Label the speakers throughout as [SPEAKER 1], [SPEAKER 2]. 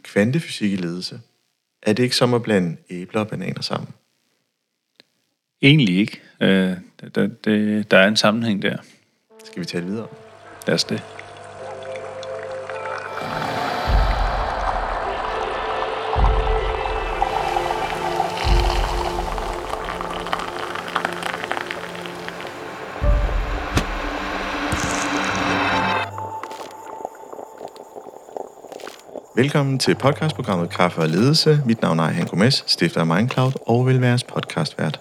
[SPEAKER 1] kvantefysik i ledelse. Er det ikke som at blande æbler og bananer sammen?
[SPEAKER 2] Egentlig ikke. Der er en sammenhæng der.
[SPEAKER 1] Skal vi tale videre?
[SPEAKER 2] Lad os det.
[SPEAKER 1] Velkommen til podcastprogrammet Kaffe og Ledelse. Mit navn er Hanko Mess, stifter af Mindcloud og vil være jeres podcastvært.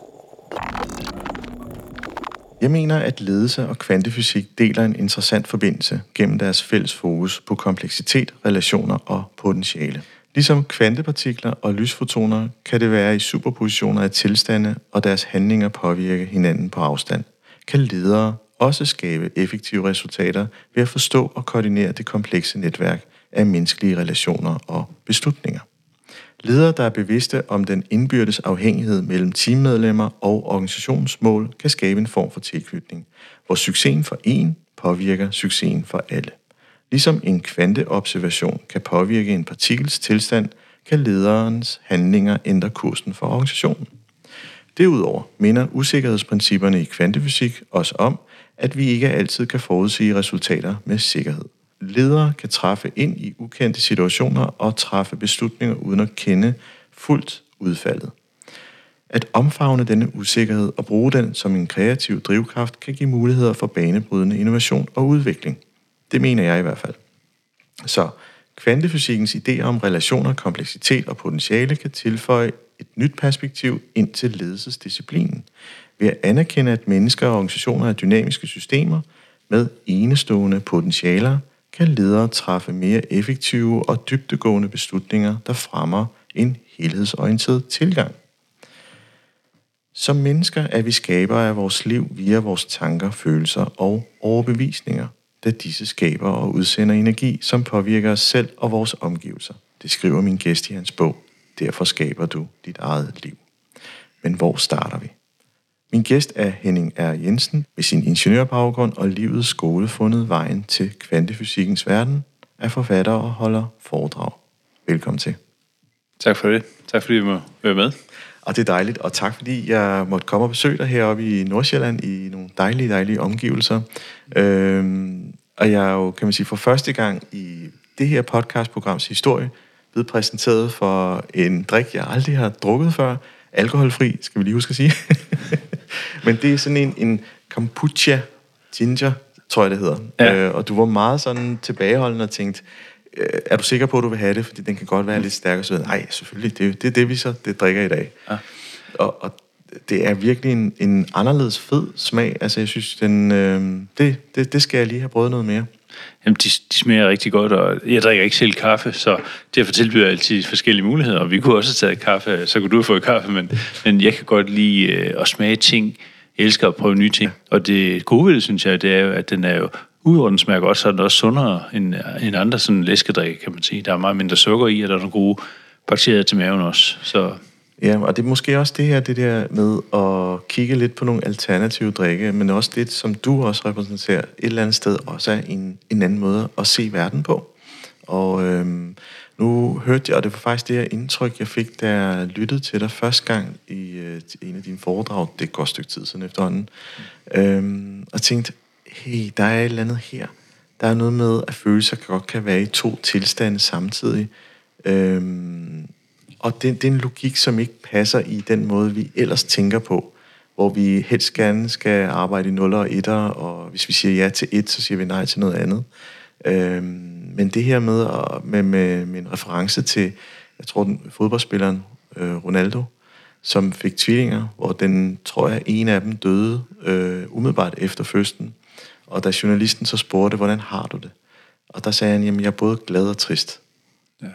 [SPEAKER 1] Jeg mener, at ledelse og kvantefysik deler en interessant forbindelse gennem deres fælles fokus på kompleksitet, relationer og potentiale. Ligesom kvantepartikler og lysfotoner kan det være i superpositioner af tilstande, og deres handlinger påvirke hinanden på afstand. Kan ledere også skabe effektive resultater ved at forstå og koordinere det komplekse netværk af menneskelige relationer og beslutninger. Ledere, der er bevidste om den indbyrdes afhængighed mellem teammedlemmer og organisationens mål, kan skabe en form for tilknytning, hvor succesen for en påvirker succesen for alle. Ligesom en kvanteobservation kan påvirke en partikels tilstand, kan lederens handlinger ændre kursen for organisationen. Derudover minder usikkerhedsprincipperne i kvantefysik os om, at vi ikke altid kan forudsige resultater med sikkerhed. Ledere kan træffe ind i ukendte situationer og træffe beslutninger uden at kende fuldt udfaldet. At omfavne denne usikkerhed og bruge den som en kreativ drivkraft kan give muligheder for banebrydende innovation og udvikling. Det mener jeg i hvert fald. Så kvantefysikkens idéer om relationer, kompleksitet og potentiale kan tilføje et nyt perspektiv ind til ledelsesdisciplinen. Ved at anerkende, at mennesker og organisationer er dynamiske systemer med enestående potentialer, kan ledere træffe mere effektive og dybdegående beslutninger, der fremmer en helhedsorienteret tilgang. Som mennesker er vi skabere af vores liv via vores tanker, følelser og overbevisninger, da disse skaber og udsender energi, som påvirker os selv og vores omgivelser. Det skriver min gæst i hans bog. Derfor skaber du dit eget liv. Men hvor starter vi? Min gæst er Henning R. Jensen. Med sin ingeniørbaggrund og livets skole fundet vejen til kvantefysikkens verden, er forfatter og holder foredrag. Velkommen til.
[SPEAKER 2] Tak for det. Tak fordi vi må være med.
[SPEAKER 1] Og det er dejligt, og tak fordi jeg måtte komme og besøge dig heroppe i Nordsjælland i nogle dejlige omgivelser. Og jeg er jo, kan man sige, for første gang i det her podcastprograms historie blevet præsenteret for en drik, jeg aldrig har drukket før. Alkoholfri, skal vi lige huske at sige. Men det er sådan en kombucha ginger, tror jeg det hedder.
[SPEAKER 2] Ja.
[SPEAKER 1] Og du var meget sådan tilbageholdende og tænkte, er du sikker på, at du vil have det? Fordi den kan godt være lidt stærkere. Så nej, selvfølgelig, det er det, vi så drikker i dag. Ja. Og det er virkelig en anderledes fed smag. Altså jeg synes, det skal jeg lige have prøvet noget mere.
[SPEAKER 2] Jamen, de smager rigtig godt, og jeg drikker ikke selv kaffe, så derfor tilbyder jeg altid forskellige muligheder. Og vi kunne også have taget kaffe, så kunne du have fået kaffe, men jeg kan godt lide at smage ting. Jeg elsker at prøve nye ting. Og det gode ved det, synes jeg, det er jo, at den er jo, udover den smager godt, så er den også sundere end andre sådan læskedrikke, kan man sige. Der er meget mindre sukker i, og der er nogle gode bakterier til maven også. Så
[SPEAKER 1] ja, og det er måske også det der med at kigge lidt på nogle alternative drikke, men også det, som du også repræsenterer et eller andet sted, også er en anden måde at se verden på. Og nu hørte jeg, og det var faktisk det her indtryk, jeg fik, da jeg lyttede til dig første gang i en af dine foredrag, det går et stykke tid siden efterhånden, og tænkte, hey, der er et eller andet her. Der er noget med, at følelser godt kan være i to tilstande samtidig. Og det er en logik, som ikke passer i den måde, vi ellers tænker på, hvor vi helst gerne skal arbejde i 0 og 1'er, og hvis vi siger ja til 1, så siger vi nej til noget andet. Men det her med en reference til, jeg tror, fodboldspilleren Ronaldo, som fik tvillinger, hvor den, tror jeg, en af dem døde umiddelbart efter fødslen. Og da journalisten så spurgte, hvordan har du det? Og der sagde han, jamen jeg er både glad og trist. Ja.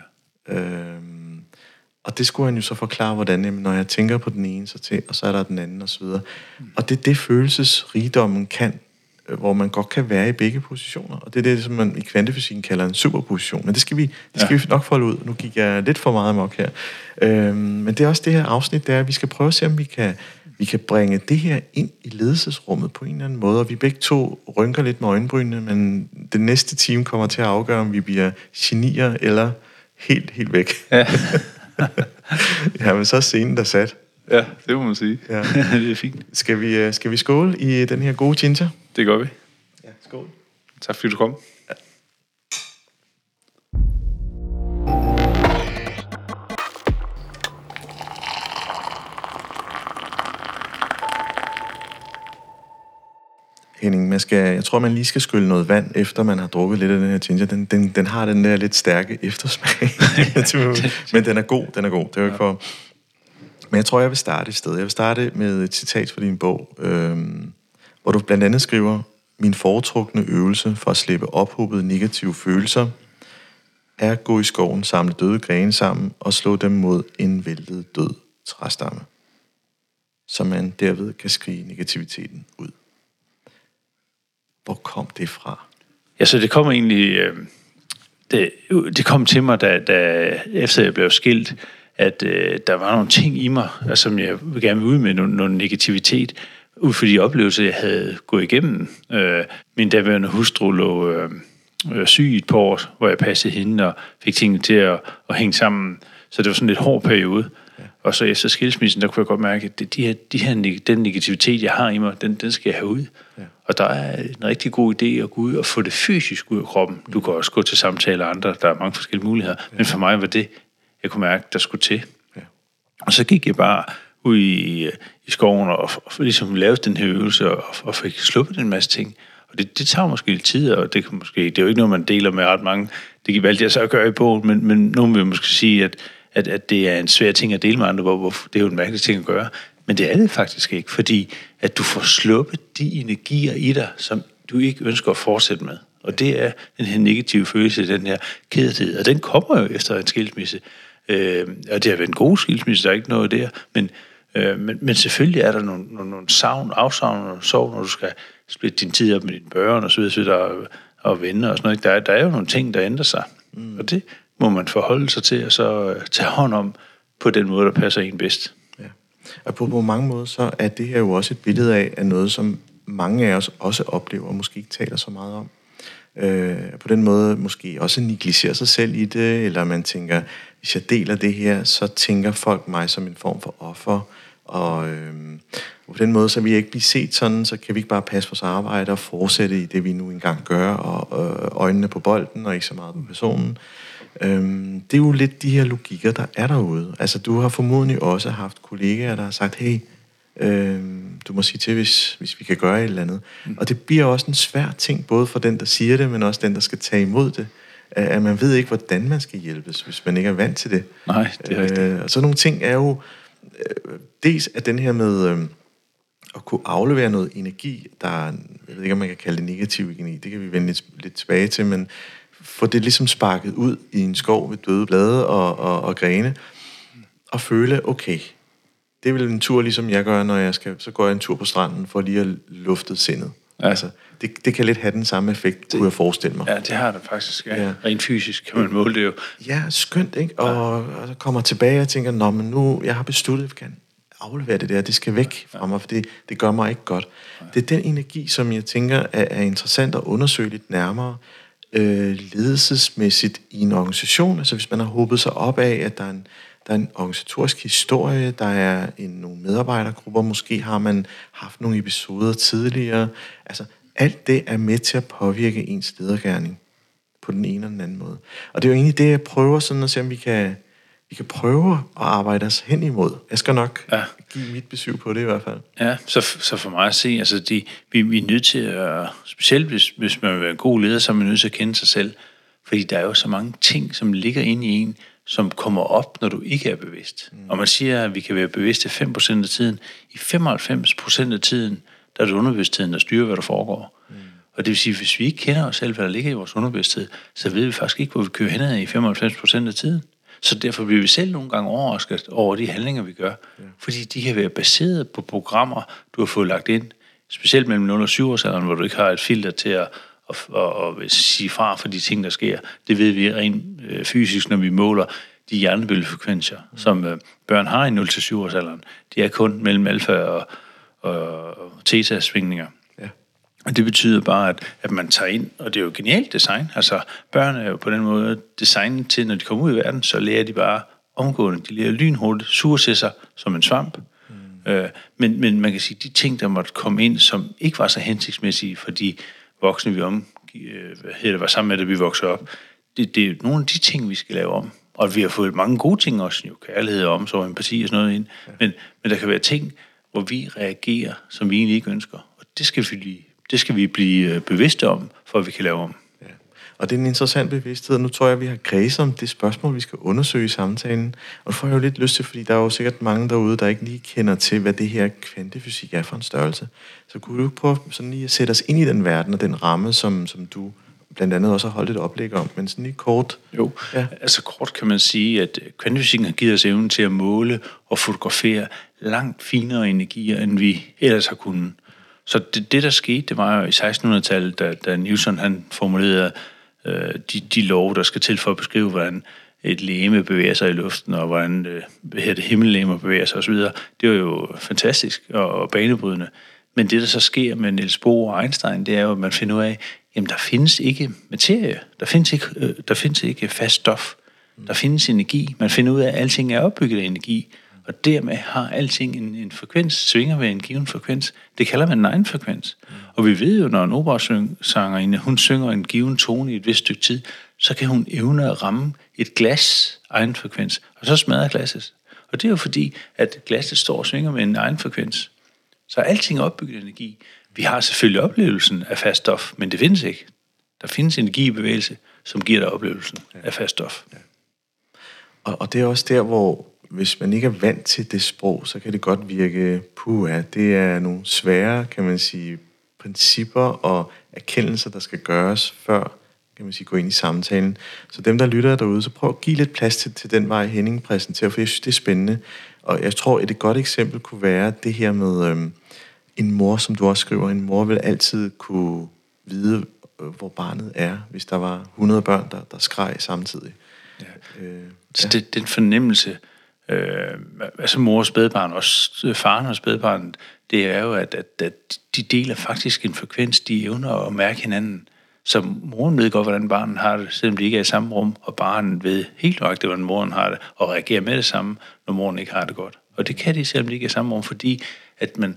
[SPEAKER 1] Og det skulle han jo så forklare, hvordan, jamen, når jeg tænker på den ene, og så er der den anden, og så videre. Og det er det følelsesrigdommen kan, hvor man godt kan være i begge positioner. Og det er det, som man i kvantefysikken kalder en superposition. Men det skal vi nok folde ud. Nu gik jeg lidt for meget amok her. Men det er også det her afsnit, der vi skal prøve at se, om vi kan bringe det her ind i ledelsesrummet på en eller anden måde. Og vi begge to rynker lidt med øjenbrynene, men den næste time kommer til at afgøre, om vi bliver genier eller helt væk.
[SPEAKER 2] Ja.
[SPEAKER 1] Ja, men så er scenen der sat.
[SPEAKER 2] Ja, det må man sige.
[SPEAKER 1] Ja.
[SPEAKER 2] Det er fint.
[SPEAKER 1] Skal vi skåle i den her gode ginger?
[SPEAKER 2] Det gør vi.
[SPEAKER 1] Ja, skål.
[SPEAKER 2] Tak fordi du kom.
[SPEAKER 1] Ja. Henning, jeg tror, man lige skal skylle noget vand, efter man har drukket lidt af den her ginger. Den har den der lidt stærke eftersmag. Men den er god. Det er jo ikke for... Men jeg tror, jeg vil starte et sted. Jeg vil starte med et citat fra din bog, hvor du blandt andet skriver: min foretrukne øvelse for at slippe ophobede negative følelser er at gå i skoven, samle døde grene sammen og slå dem mod en væltet død træstamme, så man derved kan skrige negativiteten ud. Hvor kom det fra?
[SPEAKER 2] Ja, så det kom egentlig... Det kom til mig, da efter jeg blev skilt, at der var nogle ting i mig, som jeg gerne ville ud med, noget negativitet, ud for de oplevelser, jeg havde gået igennem. Min daværende hustru lå syg i et par år, hvor jeg passede hende og fik tingene til at hænge sammen. Så det var sådan en lidt hård periode. Ja. Og så efter skilsmissen, der kunne jeg godt mærke, at den negativitet, jeg har i mig, den skal jeg have ud. Ja. Og der er en rigtig god idé at gå ud og få det fysisk ud af kroppen. Du kan også gå til samtaler og andre, der er mange forskellige muligheder. Ja. Men for mig var det, jeg kunne mærke, der skulle til. Ja. Og så gik jeg bare ud i skoven og ligesom lavede den her øvelse og fik sluppet en masse ting. Og det tager måske lidt tid, og det er jo ikke noget, man deler med ret mange. Det valgte jeg så at gøre i bogen, men nogen vil måske sige, at det er en svær ting at dele med andre, hvor det er jo en mærkelig ting at gøre. Men det er det faktisk ikke, fordi at du får sluppet de energier i dig, som du ikke ønsker at fortsætte med. Og det er den her negative følelse, den her kederlighed. Og den kommer jo efter en skilsmisse. Og det har været en god skilsmisse, der er ikke noget der. Men selvfølgelig er der nogle afsavn og sorg, når du skal splitte din tid op med dine børn og så videre og venner og sådan noget. Der er jo nogle ting, der ændrer sig. Og det må man forholde sig til, og så tage hånd om på den måde, der passer en bedst.
[SPEAKER 1] Ja. Og på mange måder, så er det her jo også et billede af noget, som mange af os også oplever, og måske ikke taler så meget om. På den måde måske også negligerer sig selv i det, eller man tænker, hvis jeg deler det her, så tænker folk mig som en form for offer, og på den måde, så vil jeg ikke blive set sådan, så kan vi ikke bare passe vores arbejde og fortsætte i det, vi nu engang gør, og øjnene på bolden, og ikke så meget på personen. Det er jo lidt de her logikker, der er derude. Altså, du har formodentlig også haft kollegaer, der har sagt, hey, du må sige til, hvis vi kan gøre et eller andet. Og det bliver også en svær ting, både for den, der siger det, men også den, der skal tage imod det. At man ved ikke, hvordan man skal hjælpes, hvis man ikke er vant til det.
[SPEAKER 2] Nej, det er rigtigt.
[SPEAKER 1] Og sådan nogle ting er jo, dels at den her med at kunne aflevere noget energi, der er, jeg ved ikke, om man kan kalde det negativ energi, det kan vi vende lidt tilbage til, men få det ligesom sparket ud i en skov med døde blade og grene, og føle, okay, det er vel en tur, ligesom jeg gør, når jeg skal, så går jeg en tur på stranden, for lige at lufte sindet. Ja. Altså, det kan lidt have den samme effekt, kunne jeg forestille mig.
[SPEAKER 2] Ja, det har det faktisk. Ja. Rent fysisk kan man måle det jo.
[SPEAKER 1] Ja, skønt, ikke? Og så kommer tilbage og tænker, nå, men nu, jeg har besluttet, at jeg kan aflevere det der, det skal væk fra mig, for det gør mig ikke godt. Ja. Det er den energi, som jeg tænker er interessant at undersøge lidt nærmere, ledelsesmæssigt i en organisation. Altså hvis man har håbet sig op af, at der er en organisatorisk historie, der er nogle medarbejdergrupper, måske har man haft nogle episoder tidligere. Altså alt det er med til at påvirke ens ledergerning på den ene eller den anden måde. Og det er jo egentlig det, jeg prøver sådan at se, om vi kan prøve at arbejde os hen imod. Jeg skal nok give mit besøg på det i hvert fald.
[SPEAKER 2] Ja, så for mig at se, altså vi er nødt til at, specielt hvis man vil være en god leder, så er man nødt til at kende sig selv. Fordi der er jo så mange ting, som ligger inde i en, som kommer op, når du ikke er bevidst. Og man siger, at vi kan være bevidste 5% af tiden. I 95% af tiden, der er det underbevidstheden, der styrer, hvad der foregår. Og det vil sige, at hvis vi ikke kender os selv, hvad der ligger i vores underbevidsthed, så ved vi faktisk ikke, hvor vi kører henad i 95% af tiden. Så derfor bliver vi selv nogle gange overrasket over de handlinger, vi gør. Ja. Fordi de kan være baseret på programmer, du har fået lagt ind, specielt mellem 0 og 7 års alderen, hvor du ikke har et filter til at sige fra for de ting, der sker. Det ved vi rent fysisk, når vi måler de hjernebølgefrekvenser, som børn har i 0 til 7 års alderen. De er kun mellem alfa og theta-svingninger. Ja. Og det betyder bare, at man tager ind, og det er jo genialt design. Altså, børn er jo på den måde designet til, når de kommer ud i verden, så lærer de bare omgående. De lærer lynhurtigt, suger til sig som en svamp. Men man kan sige, de ting, der måtte komme ind, som ikke var så hensigtsmæssige for de voksne, vi var sammen med, da vi voksede op, det er nogle af de ting, vi skal lave om. Og vi har fået mange gode ting også, jo kærlighed, omsorg, empati og sådan noget ind. Men der kan være ting, hvor vi reagerer, som vi egentlig ikke ønsker. Og det skal vi blive bevidste om, for at vi kan lave om.
[SPEAKER 1] Ja. Og det er en interessant bevidsthed. Nu tror jeg, at vi har kredset om det spørgsmål, vi skal undersøge i samtalen. Og det får jeg jo lidt lyst til, fordi der er jo sikkert mange derude, der ikke lige kender til, hvad det her kvantefysik er for en størrelse. Så kunne du prøve sådan lige at sætte os ind i den verden og den ramme, som du blandt andet også har holdt et oplæg om, men sådan lige kort.
[SPEAKER 2] Jo, altså kort kan man sige, at kvantefysikken har givet os evnen til at måle og fotografere langt finere energier, end vi ellers har kunnet. Så det der skete, det var jo i 1600-tallet, da Newton han formulerede de love, der skal til for at beskrive, hvordan et legeme bevæger sig i luften, og hvordan himmellegemer bevæger sig osv. Det var jo fantastisk og banebrydende. Men det, der så sker med Niels Bohr og Einstein, det er jo, at man finder ud af, jamen der findes ikke materie, der findes ikke fast stof, der findes energi. Man finder ud af, at alting er opbygget af energi, og dermed har alting en frekvens, svinger ved en given frekvens. Det kalder man en egenfrekvens. Og vi ved jo, når en operasangerinde, hun synger en given tone i et vist stykke tid, så kan hun evne at ramme et glas egenfrekvens, og så smadrer glasset. Og det er jo fordi, at glasset står og svinger med en egenfrekvens. Så alting er opbygget af energi. Vi har selvfølgelig oplevelsen af fast stof, men det findes ikke. Der findes energi i bevægelse, som giver dig oplevelsen af fast stof.
[SPEAKER 1] Ja. Og det er også der, hvor hvis man ikke er vant til det sprog, så kan det godt virke det er nogle svære, kan man sige, principper og erkendelser, der skal gøres, før kan man sige, gå ind i samtalen. Så dem, der lytter derude, så prøv at give lidt plads til den vej, Henning præsenterer, for jeg synes, det er spændende. Og jeg tror, et godt eksempel kunne være det her med en mor, som du også skriver. En mor vil altid kunne vide, hvor barnet er, hvis der var 100 børn, der skreg samtidig.
[SPEAKER 2] Ja. Så den fornemmelse, altså mors spædbarn, også faren og spædbarnet, det er jo, at de deler faktisk en frekvens, de evner at mærke hinanden. Så moren ved godt, hvordan barnet har det, selvom de ikke er i samme rum, og barnet ved helt nøjagtigt, hvordan moren har det, og reagerer med det samme, når moren ikke har det godt. Og det kan de, selvom de ikke er i samme rum, fordi at man,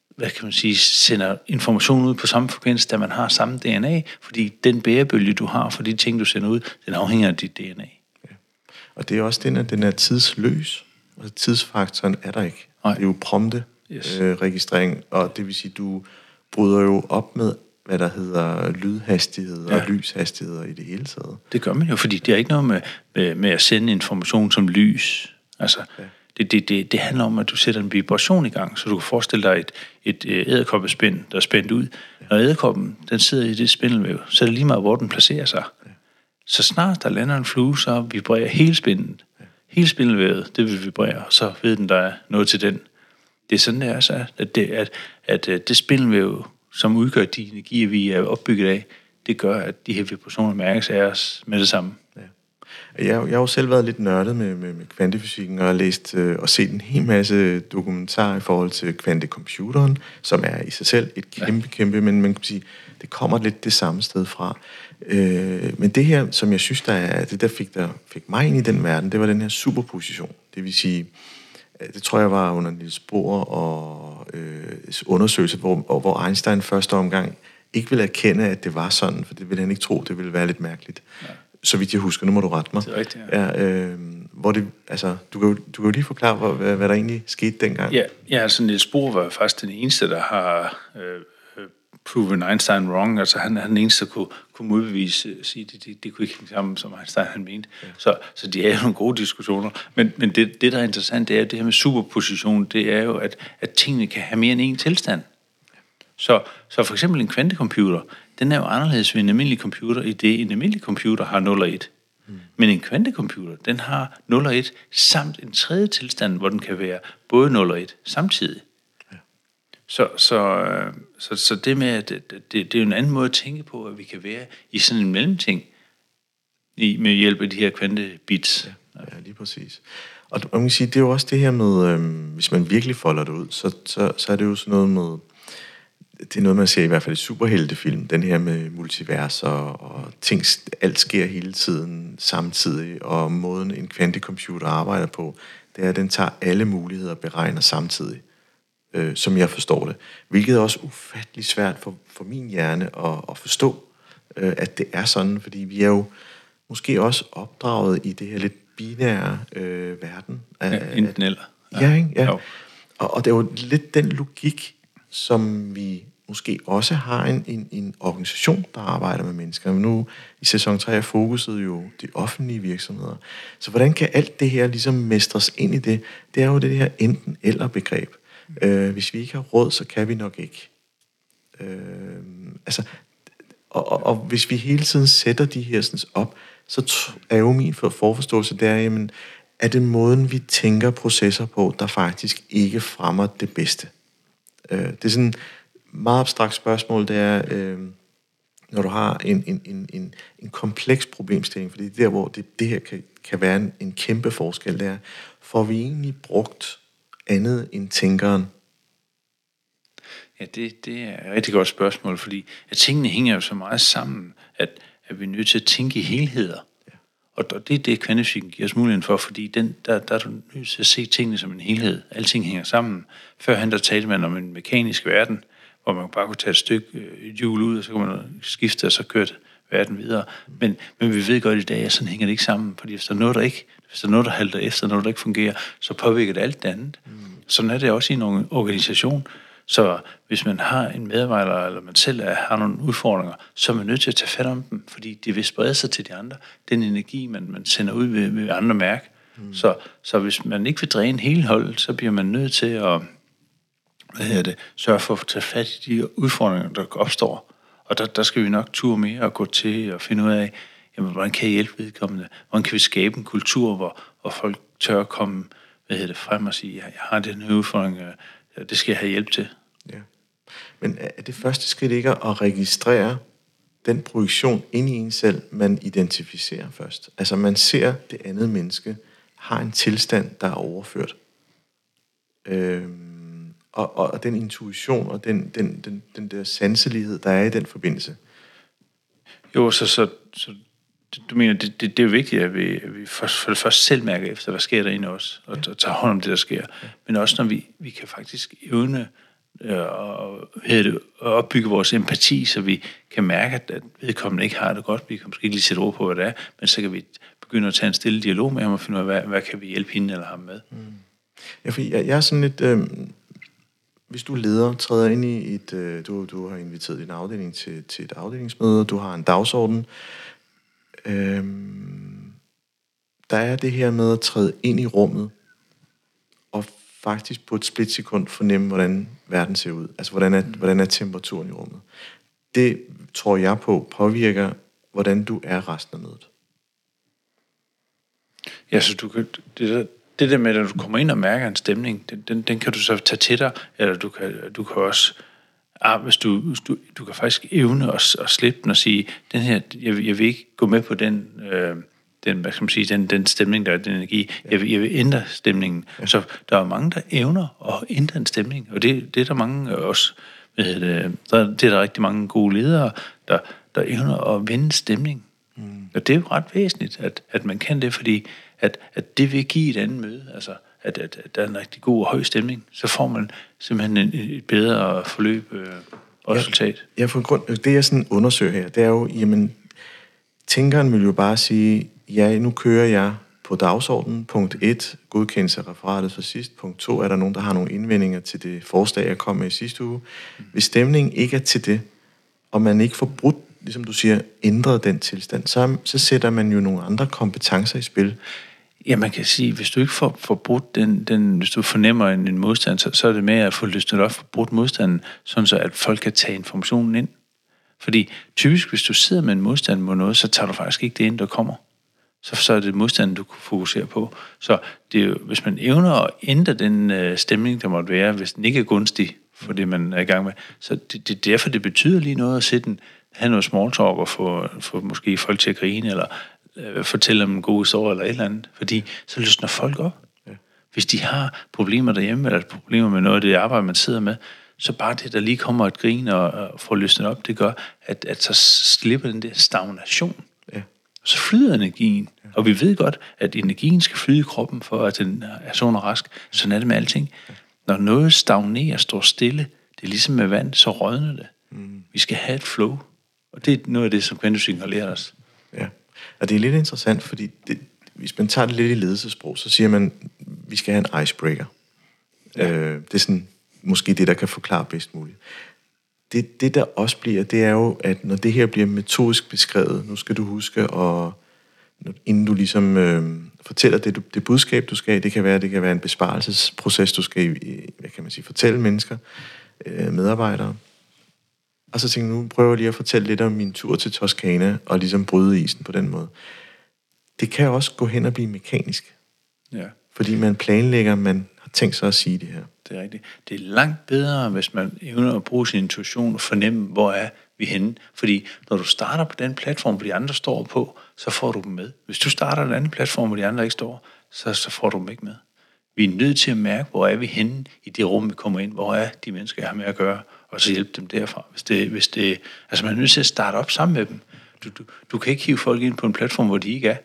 [SPEAKER 2] sender information ud på samme frekvens, da man har samme DNA, fordi den bærebølge, du har for de ting, du sender ud, den afhænger af dit DNA.
[SPEAKER 1] Ja. Og det er også den er tidsløs. Altså tidsfaktoren er der ikke.
[SPEAKER 2] Nej.
[SPEAKER 1] Det er jo prompte registrering, og det vil sige, du bryder jo op med, hvad der hedder lydhastighed og lyshastigheder i det hele taget. Det
[SPEAKER 2] gør man jo, fordi det er ikke noget med at sende information som lys. Altså, det handler om, at du sætter en vibration i gang, så du kan forestille dig et edderkoppespind, der er spændt ud. Når edderkoppen, den sidder i det spindelvæv, så er det lige meget, hvor den placerer sig. Så snart der lander en flue, så vibrerer hele spindet. Hele spindelvævet, det vil vibrere, og så ved den, der er noget til den. Det er sådan, det er så, at det spindelvæv, som udgør de energier, vi er opbygget af, det gør, at de her vibrationer mærkes af os med det samme.
[SPEAKER 1] Ja. Jeg har jo selv været lidt nørdet med kvantefysikken, og har læst og set en hel masse dokumentarer i forhold til kvantecomputeren, som er i sig selv et kæmpe, men man kan sige, det kommer lidt det samme sted fra. Men det her, som jeg synes, der fik mig ind i den verden, det var den her superposition. Det vil sige, det tror jeg var under Niels Bohr og undersøgelse, hvor Einstein første omgang ikke ville erkende, at det var sådan, for det ville han ikke tro, det ville være lidt mærkeligt. Ja. Så vidt jeg husker, nu må du rette mig.
[SPEAKER 2] Det er rigtigt, ja.
[SPEAKER 1] Hvor det, altså, du kan jo lige forklare, hvad der egentlig skete dengang.
[SPEAKER 2] Ja, altså Niels Bohr var faktisk den eneste, der har proven Einstein wrong. Altså han er den eneste, der kunne modbevise, sige, det kunne ikke hænge sammen, som Einstein han mente. Ja. Så de er jo nogle gode diskussioner. Men det, der er interessant, det er, at det her med superposition, det er jo, at tingene kan have mere end én tilstand. Så for eksempel en kvantecomputer, den er jo anderledes ved en almindelig computer, i det en almindelig computer har 0 og 1. Men en kvantecomputer, den har 0 og 1, samt en tredje tilstand, hvor den kan være både 0 og 1 samtidig. Ja. Så det med, at det er jo en anden måde at tænke på, at vi kan være i sådan en mellemting, med hjælp af de her kvantebits.
[SPEAKER 1] Ja, lige præcis. Og man kan sige, det er jo også det her med, hvis man virkelig folder det ud, så er det jo sådan noget med, det er noget, man ser i hvert fald i superheltefilm, den her med multivers og ting, alt sker hele tiden samtidig, og måden en kvantecomputer arbejder på, det er, at den tager alle muligheder og beregner samtidig, som jeg forstår det. Hvilket er også ufattelig svært for min hjerne at forstå, at det er sådan, fordi vi er jo måske også opdraget i det her lidt binære verden.
[SPEAKER 2] Enten eller.
[SPEAKER 1] Ja, ikke? Ja. Og det er jo lidt den logik, som vi måske også har en organisation, der arbejder med mennesker. Men nu i sæson 3 er fokuset jo de offentlige virksomheder. Så hvordan kan alt det her ligesom mestres ind i det? Det er jo det her enten eller begreb. Hvis vi ikke har råd, så kan vi nok ikke. Og hvis vi hele tiden sætter de her sådan op, så er jo min forforståelse der, jamen, er det måden, vi tænker processer på, der faktisk ikke fremmer det bedste? Det er sådan et meget abstrakt spørgsmål, det er, når du har en kompleks problemstilling, fordi det er der, hvor det her kan være en kæmpe forskel, det er, får vi egentlig brugt andet end tænkeren?
[SPEAKER 2] Ja, det er et rigtig godt spørgsmål, fordi at tingene hænger jo så meget sammen, at vi er nødt til at tænke i helheder. Ja. Og det er det, kvantefysikken giver os muligheden for, fordi der er du nødt til at se tingene som en helhed. Alting hænger sammen. Førhen der talte man om en mekanisk verden, hvor man bare kunne tage et stykke hjul ud, og så kunne man skifte, og så kørte verden videre. Men vi ved godt i dag, at sådan hænger det ikke sammen, fordi hvis der er noget, der halter efter, noget, der ikke fungerer, så påvirker det alt det andet. Sådan er det også i en organisation. Så hvis man har en medarbejder, eller man selv har nogle udfordringer, så er man nødt til at tage fat om dem, fordi det vil sprede sig til de andre. Den energi, man sender ud ved andre mærke. Så hvis man ikke vil dræne hele holdet, så bliver man nødt til at sørge for at tage fat i de udfordringer, der opstår. Og der skal vi nok ture mere og gå til og finde ud af, jamen, hvordan kan jeg hjælpe vedkommende? Hvordan kan vi skabe en kultur, hvor folk tør at komme frem og sige, jeg har den her udfordring, det skal jeg have hjælp til.
[SPEAKER 1] Ja. Men er det første skridt ikke at registrere den projektion ind i en selv, man identificerer først? Altså man ser det andet menneske har en tilstand, der er overført. Og den intuition og den der sanselighed, der er i den forbindelse.
[SPEAKER 2] Jo, så du mener, det er jo vigtigt, at vi for det første selv mærker efter, hvad sker der inde i os, og tager hånd om det, der sker. Men også når vi kan faktisk evne at opbygge vores empati, så vi kan mærke, at vedkommende ikke har det godt. Vi kan måske ikke lige sætte ord på, hvad det er, men så kan vi begynde at tage en stille dialog med ham og finde ud af, hvad kan vi hjælpe hende eller ham med.
[SPEAKER 1] Ja, fordi jeg er sådan lidt... Hvis du leder, træder ind i et... Du har inviteret din afdeling til et afdelingsmøde, du har en dagsorden. Der er det her med at træde ind i rummet, og faktisk på et splitsekund fornemme, hvordan verden ser ud. Altså, hvordan er temperaturen i rummet. Det tror jeg på påvirker, hvordan du er resten af mødet.
[SPEAKER 2] Ja, så du kan... Det der med, at du kommer ind og mærker en stemning, den kan du så tage til dig, eller du kan også, hvis du kan faktisk evne at slippe den og sige, den her, jeg vil ikke gå med på den hvad skal man sige, den stemning, der er den energi. Ja. Jeg vil ændre stemningen. Ja. Så der er mange, der evner at ændre en stemning, og det er der mange også, det er der rigtig mange gode ledere, der evner at vende stemning. Og det er jo ret væsentligt, at man kan det, fordi at det vil give et andet møde, altså at der er en rigtig god og høj stemning, så får man simpelthen et bedre forløb og resultat. Ja, for grund,
[SPEAKER 1] det jeg sådan undersøger her, det er jo, jamen, tænkeren vil jo bare sige, ja, nu kører jeg på dagsordenen, punkt 1, godkendelse af referatet fra sidst, punkt 2, er der nogen, der har nogle indvendinger til det forslag, jeg kom med i sidste uge. Hvis stemningen ikke er til det, og man ikke får brudt, ligesom du siger, ændret den tilstand, så sætter man jo nogle andre kompetencer i spil.
[SPEAKER 2] Ja, man kan sige, hvis du ikke får brudt hvis du fornemmer en modstand, så er det med at få løsnet op for brudt modstanden, sådan så at folk kan tage informationen ind. Fordi typisk, hvis du sidder med en modstand mod noget, så tager du faktisk ikke det ind, der kommer. Så er det modstanden, du kan fokusere på. Så det er jo, hvis man evner at ændre den stemning, der måtte være, hvis den ikke er gunstig for det, man er i gang med, så det er derfor, det betyder lige noget at have noget small talk og få måske folk til at grine, eller fortælle dem en god historie eller et eller andet, fordi så løsner folk op. Ja. Hvis de har problemer derhjemme, eller problemer med noget af det arbejde, man sidder med, så bare det, der lige kommer et grin og får løsnet op, det gør, at så slipper den der stagnation.
[SPEAKER 1] Ja.
[SPEAKER 2] Så flyder energien. Ja. Og vi ved godt, at energien skal flyde i kroppen, for at den er sund og rask. Sådan er det med alting. Ja. Når noget stagnerer, står stille, det er ligesom med vand, så rådner det. Vi skal have et flow. Og det er noget af det, som kvantefysikken har lært os.
[SPEAKER 1] Ja, og det er lidt interessant, fordi hvis man tager det lidt i ledelsesprog, så siger man, vi skal have en icebreaker. Ja. Det er sådan, måske det, der kan forklare bedst muligt. Det, der også bliver, det er jo, at når det her bliver metodisk beskrevet, nu skal du huske, inden du ligesom fortæller det budskab, du skal have, det kan være en besparelsesproces, du skal, hvad kan man sige, fortælle mennesker, medarbejdere. Og så tænkte jeg, nu prøver jeg lige at fortælle lidt om min tur til Toskana, og ligesom bryde isen på den måde. Det kan også gå hen og blive mekanisk.
[SPEAKER 2] Ja.
[SPEAKER 1] Fordi man planlægger, man har tænkt sig at sige det her.
[SPEAKER 2] Det er rigtigt. Det er langt bedre, hvis man evner at bruge sin intuition og fornemme, hvor er vi henne. Fordi når du starter på den platform, hvor de andre står på, så får du dem med. Hvis du starter en anden platform, hvor de andre ikke står, så får du dem ikke med. Vi er nødt til at mærke, hvor er vi henne i det rum, vi kommer ind. Hvor er de mennesker, jeg har med at gøre, og så hjælpe dem derfra. Altså man er nødt til at starte op sammen med dem. Du kan ikke hive folk ind på en platform, hvor de ikke er.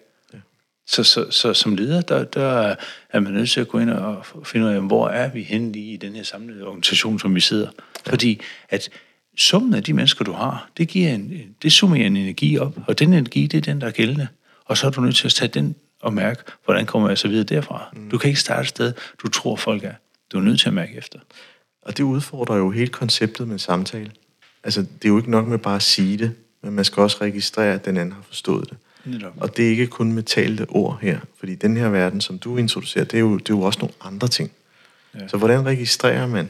[SPEAKER 2] Så som leder, der er man nødt til at gå ind og finde ud af, hvor er vi henne lige i den her samlede organisation, som vi sidder. Ja. Fordi at summen af de mennesker, du har, det summerer en energi op, og den energi, det er den, der er gældende. Og så er du nødt til at tage den og mærke, hvordan kommer jeg så videre derfra. Du kan ikke starte et sted, du tror folk er. Du er nødt til at mærke efter. Og
[SPEAKER 1] det udfordrer jo hele konceptet med samtale. Altså, det er jo ikke nok med bare at sige det, men man skal også registrere, at den anden har forstået det. Og det er ikke kun med talte ord her, fordi den her verden, som du introducerer, det er jo også nogle andre ting. Ja. Så hvordan registrerer man?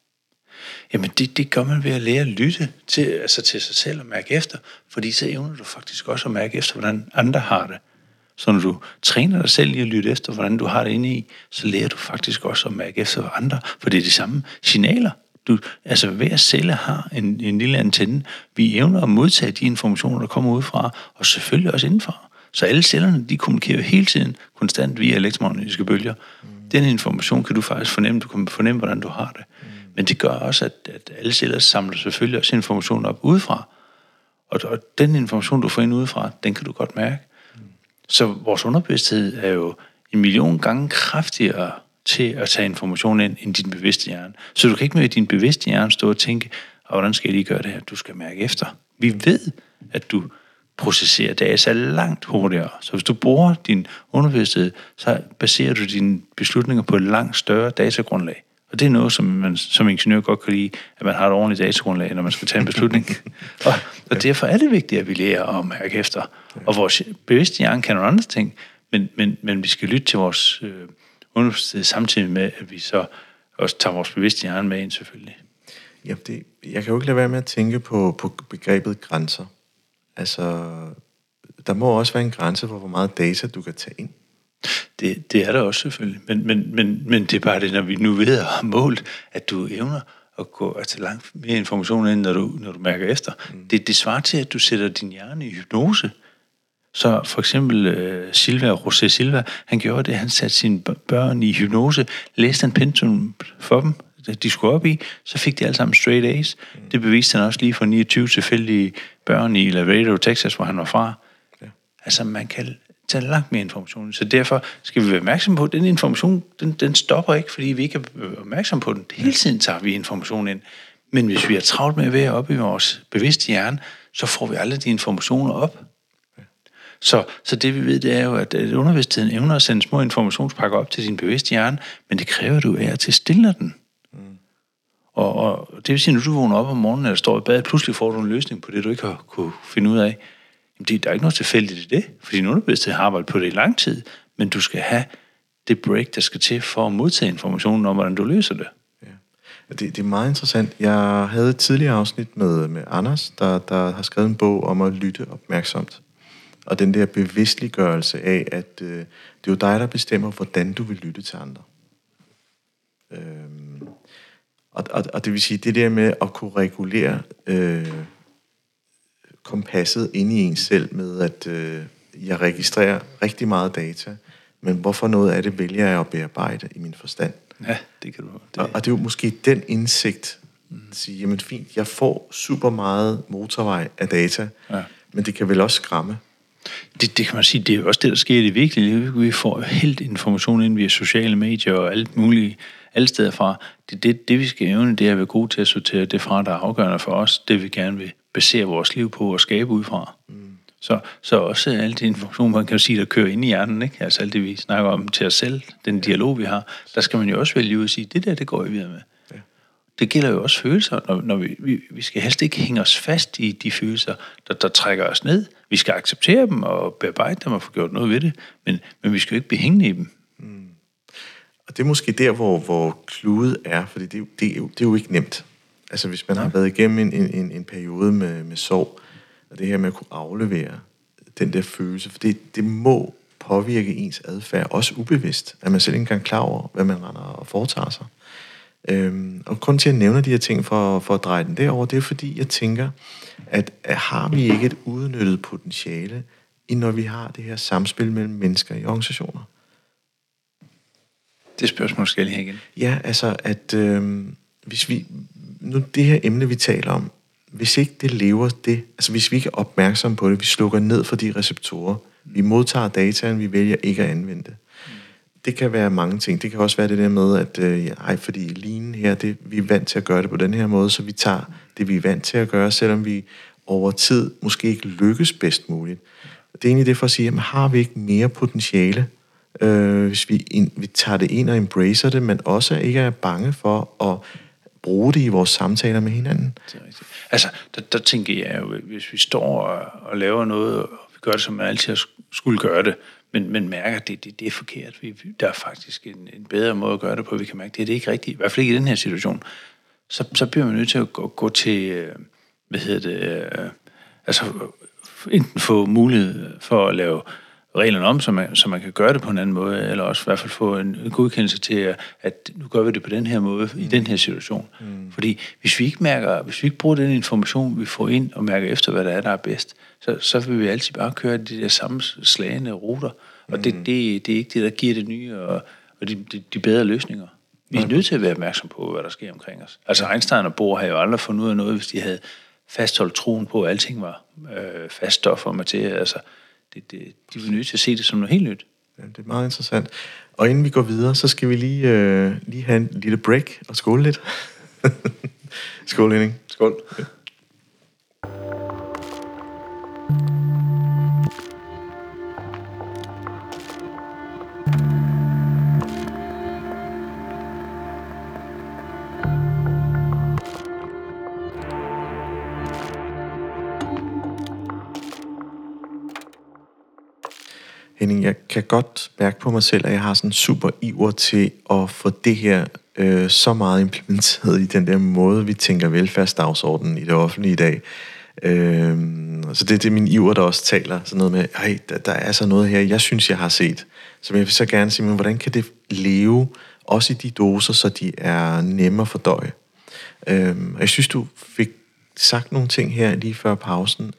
[SPEAKER 2] Jamen det gør man ved at lære at lytte til sig selv og mærke efter, fordi så evner du faktisk også at mærke efter, hvordan andre har det. Så når du træner dig selv i at lytte efter, hvordan du har det inde i, så lærer du faktisk også at mærke efter andre, for det er de samme signaler. Hver celle har en lille antenne. Vi evner at modtage de informationer, der kommer udefra, og selvfølgelig også indenfra. Så alle cellerne, de kommunikerer hele tiden, konstant via elektromagnetiske bølger. Den information kan du faktisk fornemme. Du kan fornemme, hvordan du har det. Men det gør også, at alle celler samler selvfølgelig også information op udefra. Og den information, du får ind udefra, den kan du godt mærke. Så vores underbevidsthed er jo 1 million gange kraftigere til at tage information ind end din bevidste hjerne. Så du kan ikke med din bevidste hjerne stå og tænke, hvordan skal jeg lige gøre det her? Du skal mærke efter. Vi ved, at du processerer data langt hurtigere. Så hvis du bruger din underbevidsthed, så baserer du dine beslutninger på et langt større datagrundlag. Og det er noget, som man som ingeniør godt kan lide, at man har et ordentligt datagrundlag, når man skal tage en beslutning. og derfor er det vigtigt, at vi lærer at mærke efter. Og vores bevidste hjerne kan nogle andre ting, men vi skal lytte til vores underbevidsthed samtidig med, at vi så også tager vores bevidste hjerne med ind selvfølgelig.
[SPEAKER 1] Ja, jeg kan jo ikke lade være med at tænke på begrebet grænser. Altså, der må også være en grænse for, hvor meget data du kan tage ind.
[SPEAKER 2] Det er der også selvfølgelig, men det er bare det, når vi nu ved at have målt, at du evner at gå og tage langt mere information ind, når du mærker efter. Det svarer til, at du sætter din hjerne i hypnose. Så for eksempel José Silva, han gjorde det, han satte sine børn i hypnose, læste en pensum for dem, de skulle op i, så fik de alle sammen straight A's. Det beviste han også lige for 29 tilfældige børn i Laredo, Texas, hvor han var fra. Ja. Altså, man kan tage langt mere information. Så derfor skal vi være opmærksom på, at den information, den stopper ikke, fordi vi ikke er opmærksom på den. Hele tiden tager vi information ind. Men hvis vi er travlt med at være oppe i vores bevidste hjerne, så får vi aldrig de informationer op. Så det vi ved, det er jo, at underbevidstheden evner at sende små informationspakker op til din bevidste hjerne, men det kræver, at du er til stiller den. Og det vil sige, når du vågner op om morgenen, eller står i badet, pludselig får du en løsning på det, du ikke har kunne finde ud af. Jamen, der er ikke noget tilfældigt i det, fordi din underbevidsthed har arbejdet på det i lang tid, men du skal have det break, der skal til for at modtage informationen om, hvordan du løser det.
[SPEAKER 1] Ja. Det er meget interessant. Jeg havde et tidligere afsnit med Anders, der har skrevet en bog om at lytte opmærksomt. Og den der bevidstliggørelse af, at det er jo dig, der bestemmer, hvordan du vil lytte til andre. Og det vil sige, det der med at kunne regulere kompasset inde i en selv med, at jeg registrerer rigtig meget data, men hvorfor noget af det vælger jeg at bearbejde i min forstand?
[SPEAKER 2] Ja, det kan du.
[SPEAKER 1] Og det er jo måske den indsigt, Sige, jamen fint, jeg får super meget motorvej af data, men det kan vel også skræmme.
[SPEAKER 2] Det kan man sige, det er jo også det, der sker i det virkelige liv. Vi får helt information ind via sociale medier og alt muligt, alle steder fra. Det vi skal evne, det er at være gode til at sortere det fra, der er afgørende for os. Det vi gerne vil basere vores liv på og skabe ud fra. Så også alt det information, man kan jo sige, der kører ind i hjernen, ikke? Altså alt det, vi snakker om til os selv, den dialog, vi har, der skal man jo også vælge ud og sige, det går jeg videre med. Ja. Det gælder jo også følelser, når vi skal helst ikke hænge os fast i de følelser, der trækker os ned. Vi skal acceptere dem og bearbejde dem og få gjort noget ved det, men vi skal jo ikke blive hængende i dem.
[SPEAKER 1] Og det er måske der, hvor kludet er, fordi det er jo ikke nemt. Altså hvis man har været igennem en periode med sorg, og det her med at kunne aflevere den der følelse, for det må påvirke ens adfærd, også ubevidst, at man selv ikke engang klar over, hvad man render og foretager sig. Og kun til at nævne de her ting for at dreje den derover, det er fordi, jeg tænker, at har vi ikke et udnyttet potentiale, når vi har det her samspil mellem mennesker i organisationer?
[SPEAKER 2] Det spørgsmål skal jeg lige have igen.
[SPEAKER 1] Ja, altså at hvis vi nu det her emne, vi taler om, hvis ikke det lever det, altså hvis vi ikke er opmærksomme på det, vi slukker ned for de receptorer, vi modtager dataen, vi vælger ikke at anvende det. Det kan være mange ting. Det kan også være det der med, at fordi lignen her, vi er vant til at gøre det på den her måde, så vi tager det, vi er vant til at gøre, selvom vi over tid måske ikke lykkes bedst muligt. Det er egentlig det for at sige, jamen, har vi ikke mere potentiale, hvis vi tager det ind og embracer det, men også ikke er bange for at bruge det i vores samtaler med hinanden.
[SPEAKER 2] Altså, der tænker jeg jo, hvis vi står og laver noget, og vi gør det, som man altid skulle gøre det, men mærker, at det er forkert. Der er faktisk en bedre måde at gøre det på, vi kan mærke, det er ikke rigtigt. I hvert fald ikke i den her situation. Så bliver man nødt til at gå til, enten få mulighed for at lave reglerne om, så man kan gøre det på en anden måde, eller også i hvert fald få en godkendelse til, at nu gør vi det på den her måde, i den her situation. Fordi hvis vi ikke bruger den information, vi får ind, og mærker efter, hvad der er bedst, så vil vi altid bare køre de der samme slagende ruter, og det er ikke det, der giver det nye, og de bedre løsninger. Vi er nødt til at være opmærksom på, hvad der sker omkring os. Altså Einstein og Bohr havde jo aldrig fundet ud af noget, hvis de havde fastholdt troen på, at alting var fast stof og materie. Altså, de er nødt til at se det som noget helt nyt.
[SPEAKER 1] Ja, det er meget interessant. Og inden vi går videre, så skal vi lige have en lille break og skåle lidt. Skål, Henning.
[SPEAKER 2] Skål.
[SPEAKER 1] Ja. Henning, jeg kan godt mærke på mig selv, at jeg har sådan en super iver til at få det her så meget implementeret i den der måde, vi tænker velfærdsdagsordenen i det offentlige i dag. Så det er min iver, der også taler sådan noget med, der er så noget her, jeg synes, jeg har set. Så jeg vil så gerne sige, men hvordan kan det leve, også i de doser, så de er nemme at fordøje? Jeg synes, du fik sagt nogle ting her lige før pausen,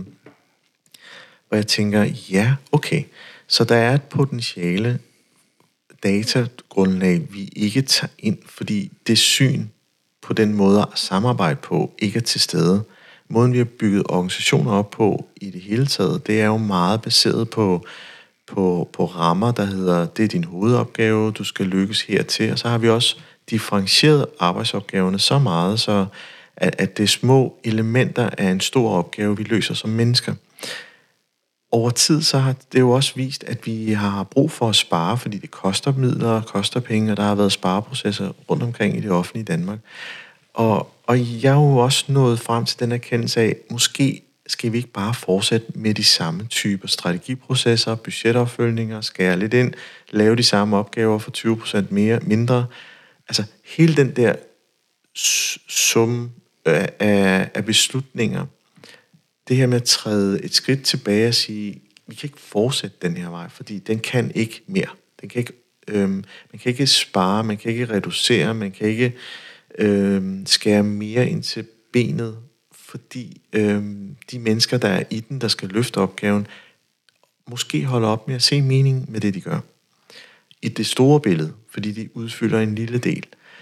[SPEAKER 1] og jeg tænker, ja, okay, så der er et potentiale datagrundlag, vi ikke tager ind, fordi det syn på den måde at samarbejde på ikke er til stede. Måden, vi har bygget organisationer op på i det hele taget, det er jo meget baseret på rammer, der hedder, det er din hovedopgave, du skal lykkes hertil, og så har vi også differentieret arbejdsopgaverne så meget, så at det er små elementer af en stor opgave, vi løser som mennesker. Over tid så har det jo også vist, at vi har brug for at spare, fordi det koster midler og koster penge, og der har været spareprocesser rundt omkring i det offentlige Danmark. Og jeg er jo også nået frem til den erkendelse af, måske skal vi ikke bare fortsætte med de samme typer strategiprocesser, budgetopfølgninger, skære lidt ind, lave de samme opgaver for 20% mindre. Altså hele den der sum af beslutninger, det her med at træde et skridt tilbage og sige, vi kan ikke fortsætte den her vej, fordi den kan ikke mere. Den kan ikke, man kan ikke spare, man kan ikke reducere, man kan ikke skære mere ind til benet, fordi de mennesker, der er i den, der skal løfte opgaven, måske holder op med at se mening med det, de gør. I det store billede, fordi de udfylder en lille del.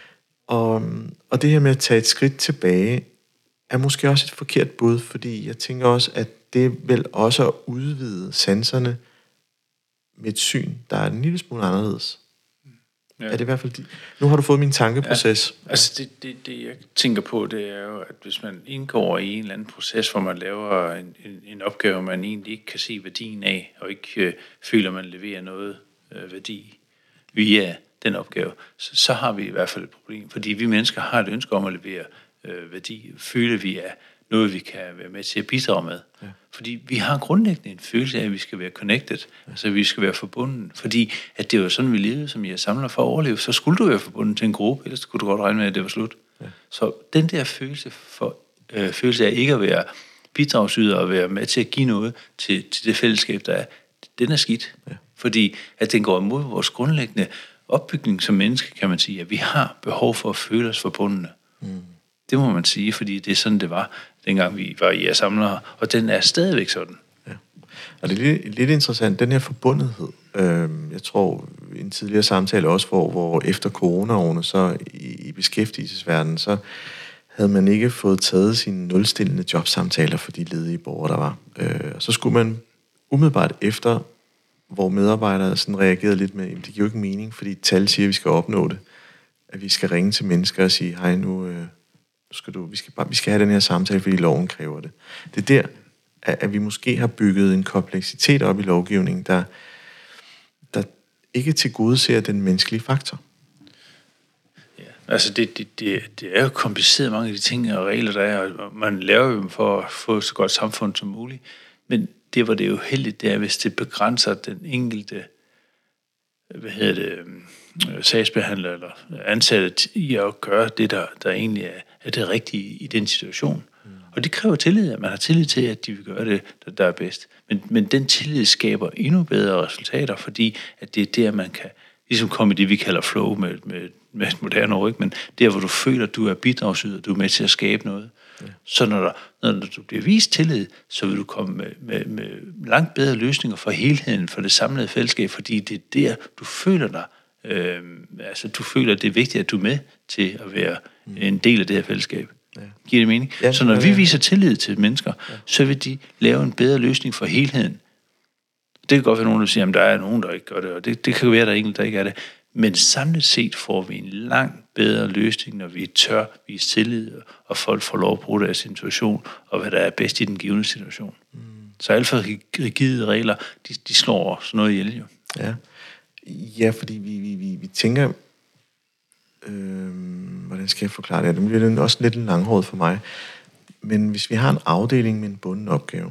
[SPEAKER 1] Og det her med at tage et skridt tilbage, er måske også et forkert bud, fordi jeg tænker også, at det vil også at udvide sanserne med et syn, der er en lille smule anderledes. Ja. Er det i hvert fald nu har du fået min tankeproces.
[SPEAKER 2] Ja. Altså det jeg tænker på, det er jo, at hvis man indgår i en eller anden proces, hvor man laver en opgave, man egentlig ikke kan se værdien af, og ikke føler, man leverer noget værdi via den opgave, så har vi i hvert fald et problem. Fordi vi mennesker har et ønske om at levere værdi, føle vi er noget, vi kan være med til at bidrage med. Ja. Fordi vi har grundlæggende en følelse af, at vi skal være connected, altså vi skal være forbundet. Fordi at det var sådan, vi levede, som jeg samler for at overleve, så skulle du være forbundet til en gruppe, ellers skulle du godt regne med, at det var slut. Ja. Så den der følelse af ikke at være bidragsyder og være med til at give noget til det fællesskab, der er, den er skidt. Ja. Fordi at den går imod vores grundlæggende opbygning som menneske, kan man sige, at vi har behov for at føle os forbundne. Mm. Det må man sige, fordi det er sådan, det var, dengang vi var i samlere, og den er stadigvæk sådan. Ja.
[SPEAKER 1] Og det er lidt interessant, den her forbundethed. Jeg tror, i en tidligere samtale også, hvor efter coronaårene, så i beskæftigelsesverdenen, så havde man ikke fået taget sine nulstillende jobsamtaler for de ledige borgere, der var. Og så skulle man umiddelbart efter, hvor medarbejdere sådan reagerede lidt med, det giver jo ikke mening, fordi tal siger, at vi skal opnå det. At vi skal ringe til mennesker og sige, hej nu... vi skal have den her samtale, fordi loven kræver det. Det er der, at vi måske har bygget en kompleksitet op i lovgivningen, der ikke tilgodeser den menneskelige faktor.
[SPEAKER 2] Ja, altså det er jo kompliceret, mange af de ting og regler, der er, og man laver dem for at få så godt samfund som muligt. Men det var det jo heldigt, det er, hvis det begrænser den enkelte sagsbehandler eller ansatte i at gøre det, der egentlig er det rigtige i den situation. Mm. Og det kræver tillid, at man har tillid til, at de vil gøre det, der er bedst. Men den tillid skaber endnu bedre resultater, fordi at det er der, man kan ligesom komme i det, vi kalder flow med et moderne ord, ikke? Men der, hvor du føler, at du er bidragsyder, du er med til at skabe noget. Ja. Så når du bliver vist tillid, så vil du komme med langt bedre løsninger for helheden, for det samlede fællesskab, fordi det er der, du føler dig. Du føler, at det er vigtigt, at du er med til at være en del af det her fællesskab. Ja. Giver det mening? Ja, så når vi viser tillid til mennesker, så vil de lave en bedre løsning for helheden. Det kan godt være nogen, der siger, at der er nogen, der ikke gør det, og det kan være, at der er enkelt, der ikke er det. Men samlet set får vi en langt bedre løsning, når vi tør vise tillid, og folk får lov at bruge deres situation, og hvad der er bedst i den givende situation. Mm. Så alt for rigide regler, de slår sådan noget ihjel jo.
[SPEAKER 1] Ja, fordi vi tænker, hvordan skal jeg forklare det? Det bliver også lidt langhåret for mig. Men hvis vi har en afdeling med en bunden opgave,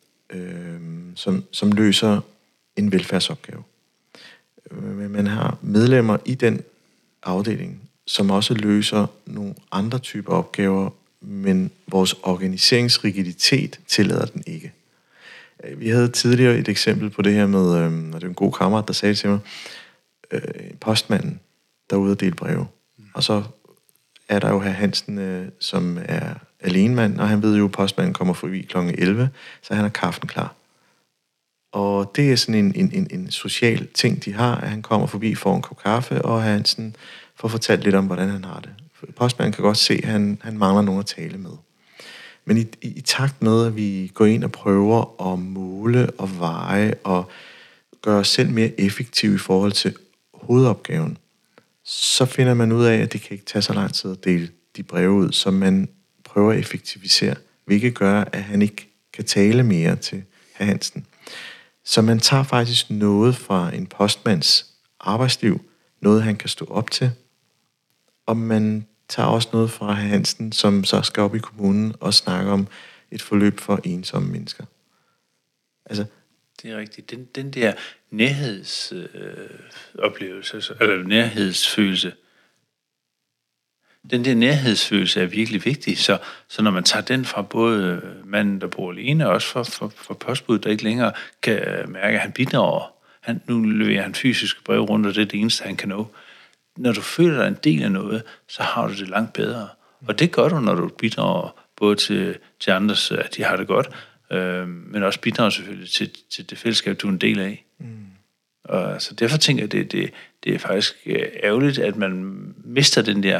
[SPEAKER 1] som løser en velfærdsopgave, men man har medlemmer i den afdeling, som også løser nogle andre typer opgaver, men vores organiseringsrigiditet tillader den ikke. Vi havde tidligere et eksempel på det her med, og det er en god kammerat, der sagde til mig, postmanden, der er ude at dele breve. Og så er der jo herr Hansen, som er alenemand, og han ved jo, at postmanden kommer forbi kl. 11, så han har kaffen klar. Og det er sådan en social ting, de har, at han kommer forbi, får en kop kaffe, og Hansen får fortalt lidt om, hvordan han har det. Postmanden kan godt se, at han mangler nogen at tale med. Men i takt med, at vi går ind og prøver at måle og veje og gøre os selv mere effektive i forhold til hovedopgaven, så finder man ud af, at det kan ikke tage så lang tid at dele de breve ud, som man prøver at effektivisere, hvilket gør, at han ikke kan tale mere til hr. Hansen. Så man tager faktisk noget fra en postmands arbejdsliv, noget han kan stå op til, og man tager også noget fra hr. Hansen, som så skal op i kommunen og snakke om et forløb for ensomme mennesker. Altså,
[SPEAKER 2] det er rigtigt. Den der nærhedsoplevelse, eller nærhedsfølelse, den der nærhedsfølelse er virkelig vigtig, så når man tager den fra både manden, der bor alene, og også fra postbuddet, der ikke længere kan mærke, at han bidrager. Nu leverer han fysiske brev rundt, og det er det eneste, han kan nå. Når du føler dig en del af noget, så har du det langt bedre. Og det gør du, når du bidrager både til andres, at de har det godt, men også bidrager selvfølgelig til det fællesskab, du er en del af. Mm. Og så derfor tænker jeg, det er faktisk ærgerligt, at man mister den der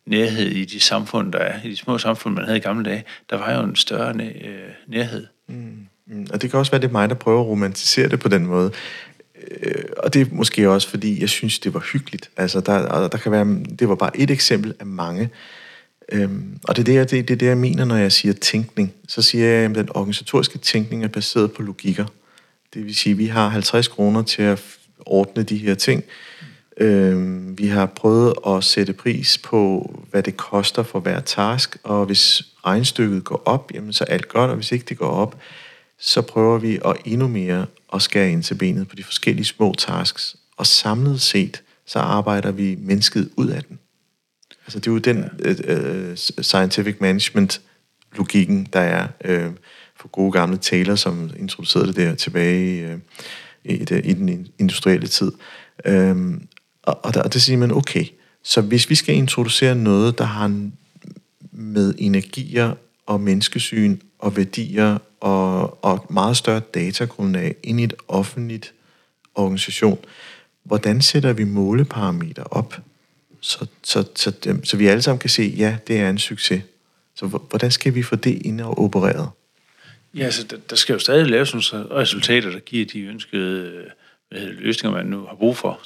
[SPEAKER 2] nærhed i de samfund, der er, i de små samfund, man havde i gamle dage. Der var jo en større nærhed.
[SPEAKER 1] Og det kan også være, det er mig, der prøver at romantisere det på den måde. Og det er måske også, fordi jeg synes, det var hyggeligt. Altså, der kan være, det var bare et eksempel af mange. Og det er det, jeg mener, når jeg siger tænkning. Så siger jeg, at den organisatoriske tænkning er baseret på logikker. Det vil sige, at vi har 50 kroner til at ordne de her ting. Vi har prøvet at sætte pris på, hvad det koster for hver task, og hvis regnstykket går op, jamen så er alt godt, og hvis ikke det går op, så prøver vi at endnu mere at skære ind til benet på de forskellige små tasks, og samlet set, så arbejder vi mennesket ud af den. Altså det er jo den scientific management-logikken, der er for gode gamle Taylor, som introducerede det der tilbage i den industrielle tid. Og det siger man, okay, så hvis vi skal introducere noget, der har med energier og menneskesyn og værdier og meget større datagrundlag ind i et offentligt organisation, hvordan sætter vi måleparameter op, så vi alle sammen kan se, ja, det er en succes. Så hvordan skal vi få det ind og opereret?
[SPEAKER 2] Ja, altså der skal jo stadig laves nogle resultater, der giver de ønskede løsninger, man nu har brug for.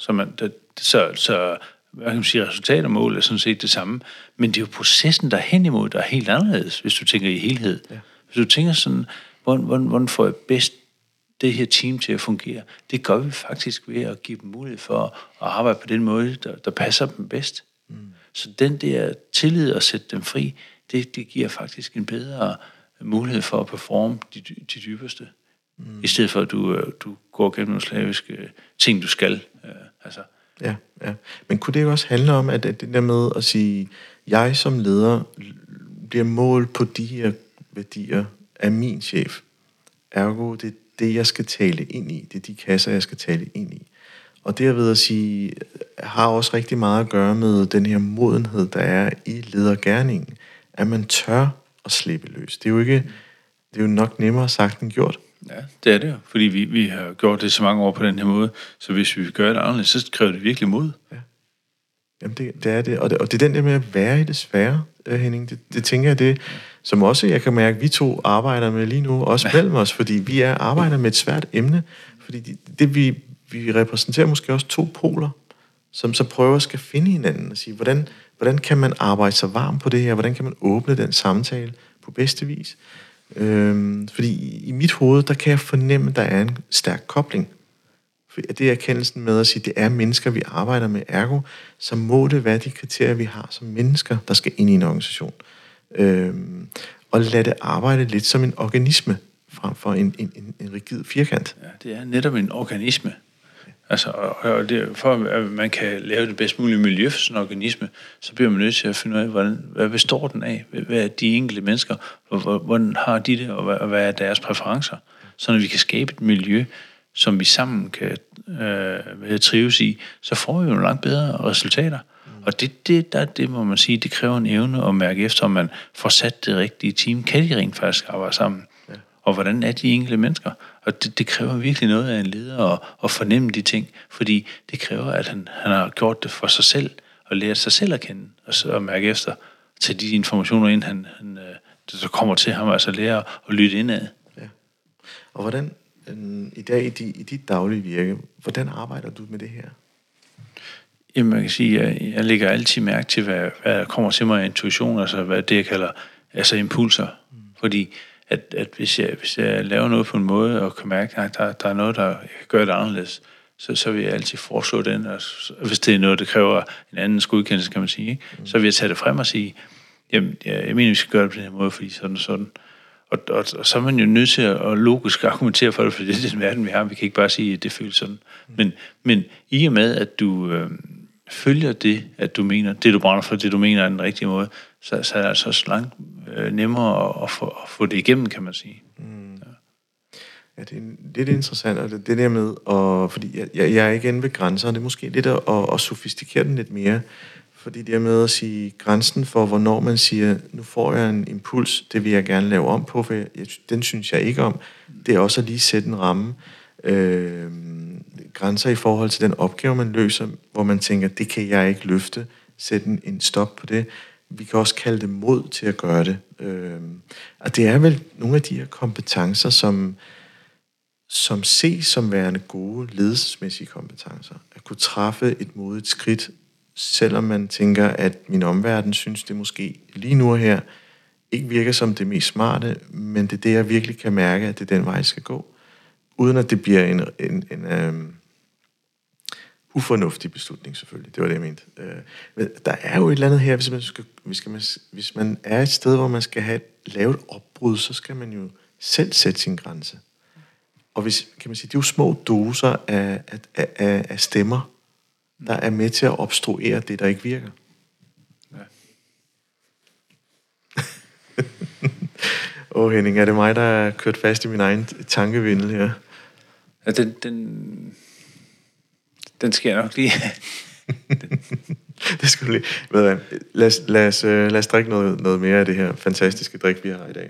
[SPEAKER 2] Så hvad kan man sige, resultat og mål er sådan set det samme. Men det er jo processen, der er hen imod, der er helt anderledes, hvis du tænker i helhed. Ja. Hvis du tænker sådan, hvordan får jeg bedst det her team til at fungere? Det gør vi faktisk ved at give dem mulighed for at arbejde på den måde, der passer dem bedst. Så den der tillid at sætte dem fri, det giver faktisk en bedre mulighed for at performe de dybeste. I stedet for, at du går gennem nogle slaviske ting, du skal.
[SPEAKER 1] Ja. Men kunne det jo også handle om, at det der med at sige, jeg som leder bliver målt på de her værdier af min chef. Ergo, det er det, jeg skal tale ind i. Det er de kasser, jeg skal tale ind i. Og det, jeg ved at sige, har også rigtig meget at gøre med den her modenhed, der er i ledergerningen. At man tør at slippe løs. Det er jo nok nemmere sagt end gjort.
[SPEAKER 2] Ja, det er det jo. Fordi vi har gjort det så mange år på den her måde. Så hvis vi gør det anderledes, så kræver det virkelig mod. Ja.
[SPEAKER 1] Jamen det er det. Og det er den der med at være i det svære, Henning. Det tænker jeg, det som også jeg kan mærke, vi to arbejder med lige nu, også mellem os, fordi vi arbejder med et svært emne. Fordi det vi repræsenterer måske også to poler, som så prøver at skal finde hinanden og sige, hvordan kan man arbejde så varmt på det her? Hvordan kan man åbne den samtale på bedste vis? Fordi i mit hoved, der kan jeg fornemme, at der er en stærk kobling. For det er erkendelsen med at sige, det er mennesker, vi arbejder med. Ergo, så må det være de kriterier, vi har som mennesker, der skal ind i en organisation. Og lade det arbejde lidt som en organisme, frem for en rigid firkant.
[SPEAKER 2] Ja, det er netop en organisme. Altså, og det, for at man kan lave det bedst mulige miljø for sådan en organisme, så bliver man nødt til at finde ud af, hvad består den af? Hvad er de enkelte mennesker? Hvordan har de det? Og hvad er deres præferencer? Så når vi kan skabe et miljø, som vi sammen kan trives i, så får vi jo langt bedre resultater. Og det må man sige, det kræver en evne at mærke efter, om man får sat det rigtige team. Kan de rent faktisk arbejde sammen? Ja. Og hvordan er de enkelte mennesker? Og det kræver virkelig noget af en leder at fornemme de ting, fordi det kræver, at han har gjort det for sig selv, og lært sig selv at kende, og så mærke efter til de informationer, inden han så kommer til ham, altså lære at lytte indad. Ja.
[SPEAKER 1] Og hvordan, i dag i dit daglige virke, hvordan arbejder du med det her?
[SPEAKER 2] Jamen, man kan sige, at jeg lægger altid mærke til, hvad der kommer til mig af intuition, altså hvad det, jeg kalder impulser. Fordi at hvis jeg laver noget på en måde, og kan mærke, at der er noget, der jeg kan gøre det anderledes, så vil jeg altid foreslå den. Og hvis det er noget, der kræver en anden godkendelse, kan man sige, ikke? Så vil jeg tage det frem og sige, jamen, jeg mener, vi skal gøre det på den her måde, fordi sådan og sådan. Og så er man jo nødt til at logisk argumentere for det, for det er den verden, vi har. Vi kan ikke bare sige, at det føles sådan. Men i og med, at du følger det, at du mener, det du brænder for, det du mener er den rigtige måde, så er det altså også langt nemmere at få det igennem, kan man sige.
[SPEAKER 1] Ja, det er lidt interessant, og det der med, fordi jeg er ikke inde ved grænser, og det er måske lidt at sofistikere den lidt mere, fordi det er med at sige, grænsen for, hvornår man siger, nu får jeg en impuls, det vil jeg gerne lave om på, for den synes jeg ikke om, det er også at lige sætte en ramme, grænser i forhold til den opgave, man løser, hvor man tænker, det kan jeg ikke løfte, sætte en stop på det. vi kan også kalde det mod til at gøre det. Og det er vel nogle af de her kompetencer, som ses som værende gode ledelsesmæssige kompetencer. At kunne træffe et modigt skridt, selvom man tænker, at min omverden synes, det måske lige nu og her ikke virker som det mest smarte, men det er det, jeg virkelig kan mærke, at det er den vej, jeg skal gå. Uden at det bliver en ufornuftig beslutning, selvfølgelig. Det var det, jeg mente. Men der er jo et eller andet her, hvis man er et sted, hvor man skal lave et opbrud, så skal man jo selv sætte sin grænse. Og kan man sige, det er jo små doser af stemmer, der er med til at obstruere det, der ikke virker. Henning, er det mig, der er kørt fast i min egen tankevindel her?
[SPEAKER 2] Ja, den skal jeg nok lige.
[SPEAKER 1] Det skulle lige. Lad os drikke noget mere af det her fantastiske drik, vi har i dag.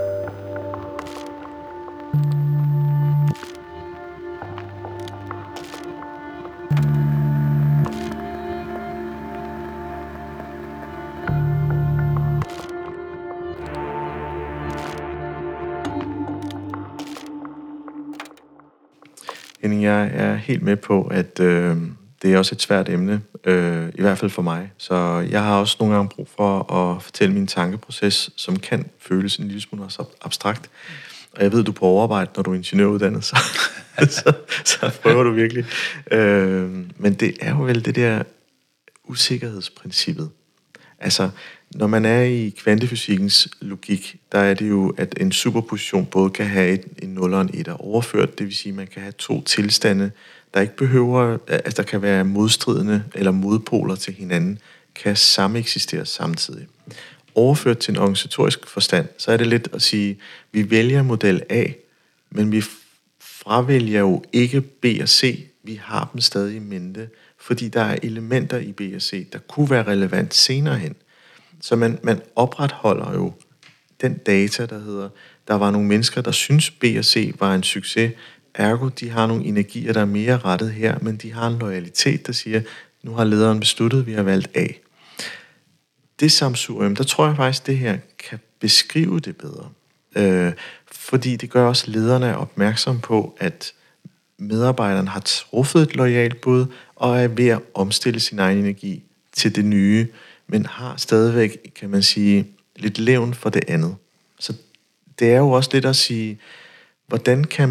[SPEAKER 1] Jeg er helt med på, at det er også et svært emne, i hvert fald for mig. Så jeg har også nogle gange brug for at fortælle min tankeproces, som kan føles en lille smule abstrakt. Og jeg ved, du på overarbejde, når du er ingeniøruddannet, så prøver du virkelig. Men det er jo vel det der usikkerhedsprincippet. Altså, når man er i kvantefysikkens logik, der er det jo, at en superposition både kan have en 0 og en 1 overført. Det vil sige, at man kan have to tilstande, der ikke behøver, altså der kan være modstridende eller modpoler til hinanden, kan sameksistere samtidig. Overført til en organisatorisk forstand, så er det lidt at sige, vi vælger model A, men vi fravælger jo ikke B og C. Vi har dem stadig i mente, fordi der er elementer i B og C, der kunne være relevant senere hen. Så man opretholder jo den data, der hedder, der var nogle mennesker, der synes B og C var en succes, ergo de har nogle energier, der er mere rettet her, men de har en loyalitet, der siger, nu har lederen besluttet, vi har valgt A. Det sammensurium, der tror jeg faktisk, det her kan beskrive det bedre. Fordi det gør også lederne opmærksom på, at medarbejderen har truffet et loyalt bud, og er ved at omstille sin egen energi til det nye, men har stadigvæk, kan man sige, lidt levn for det andet. Så det er jo også lidt at sige, hvordan kan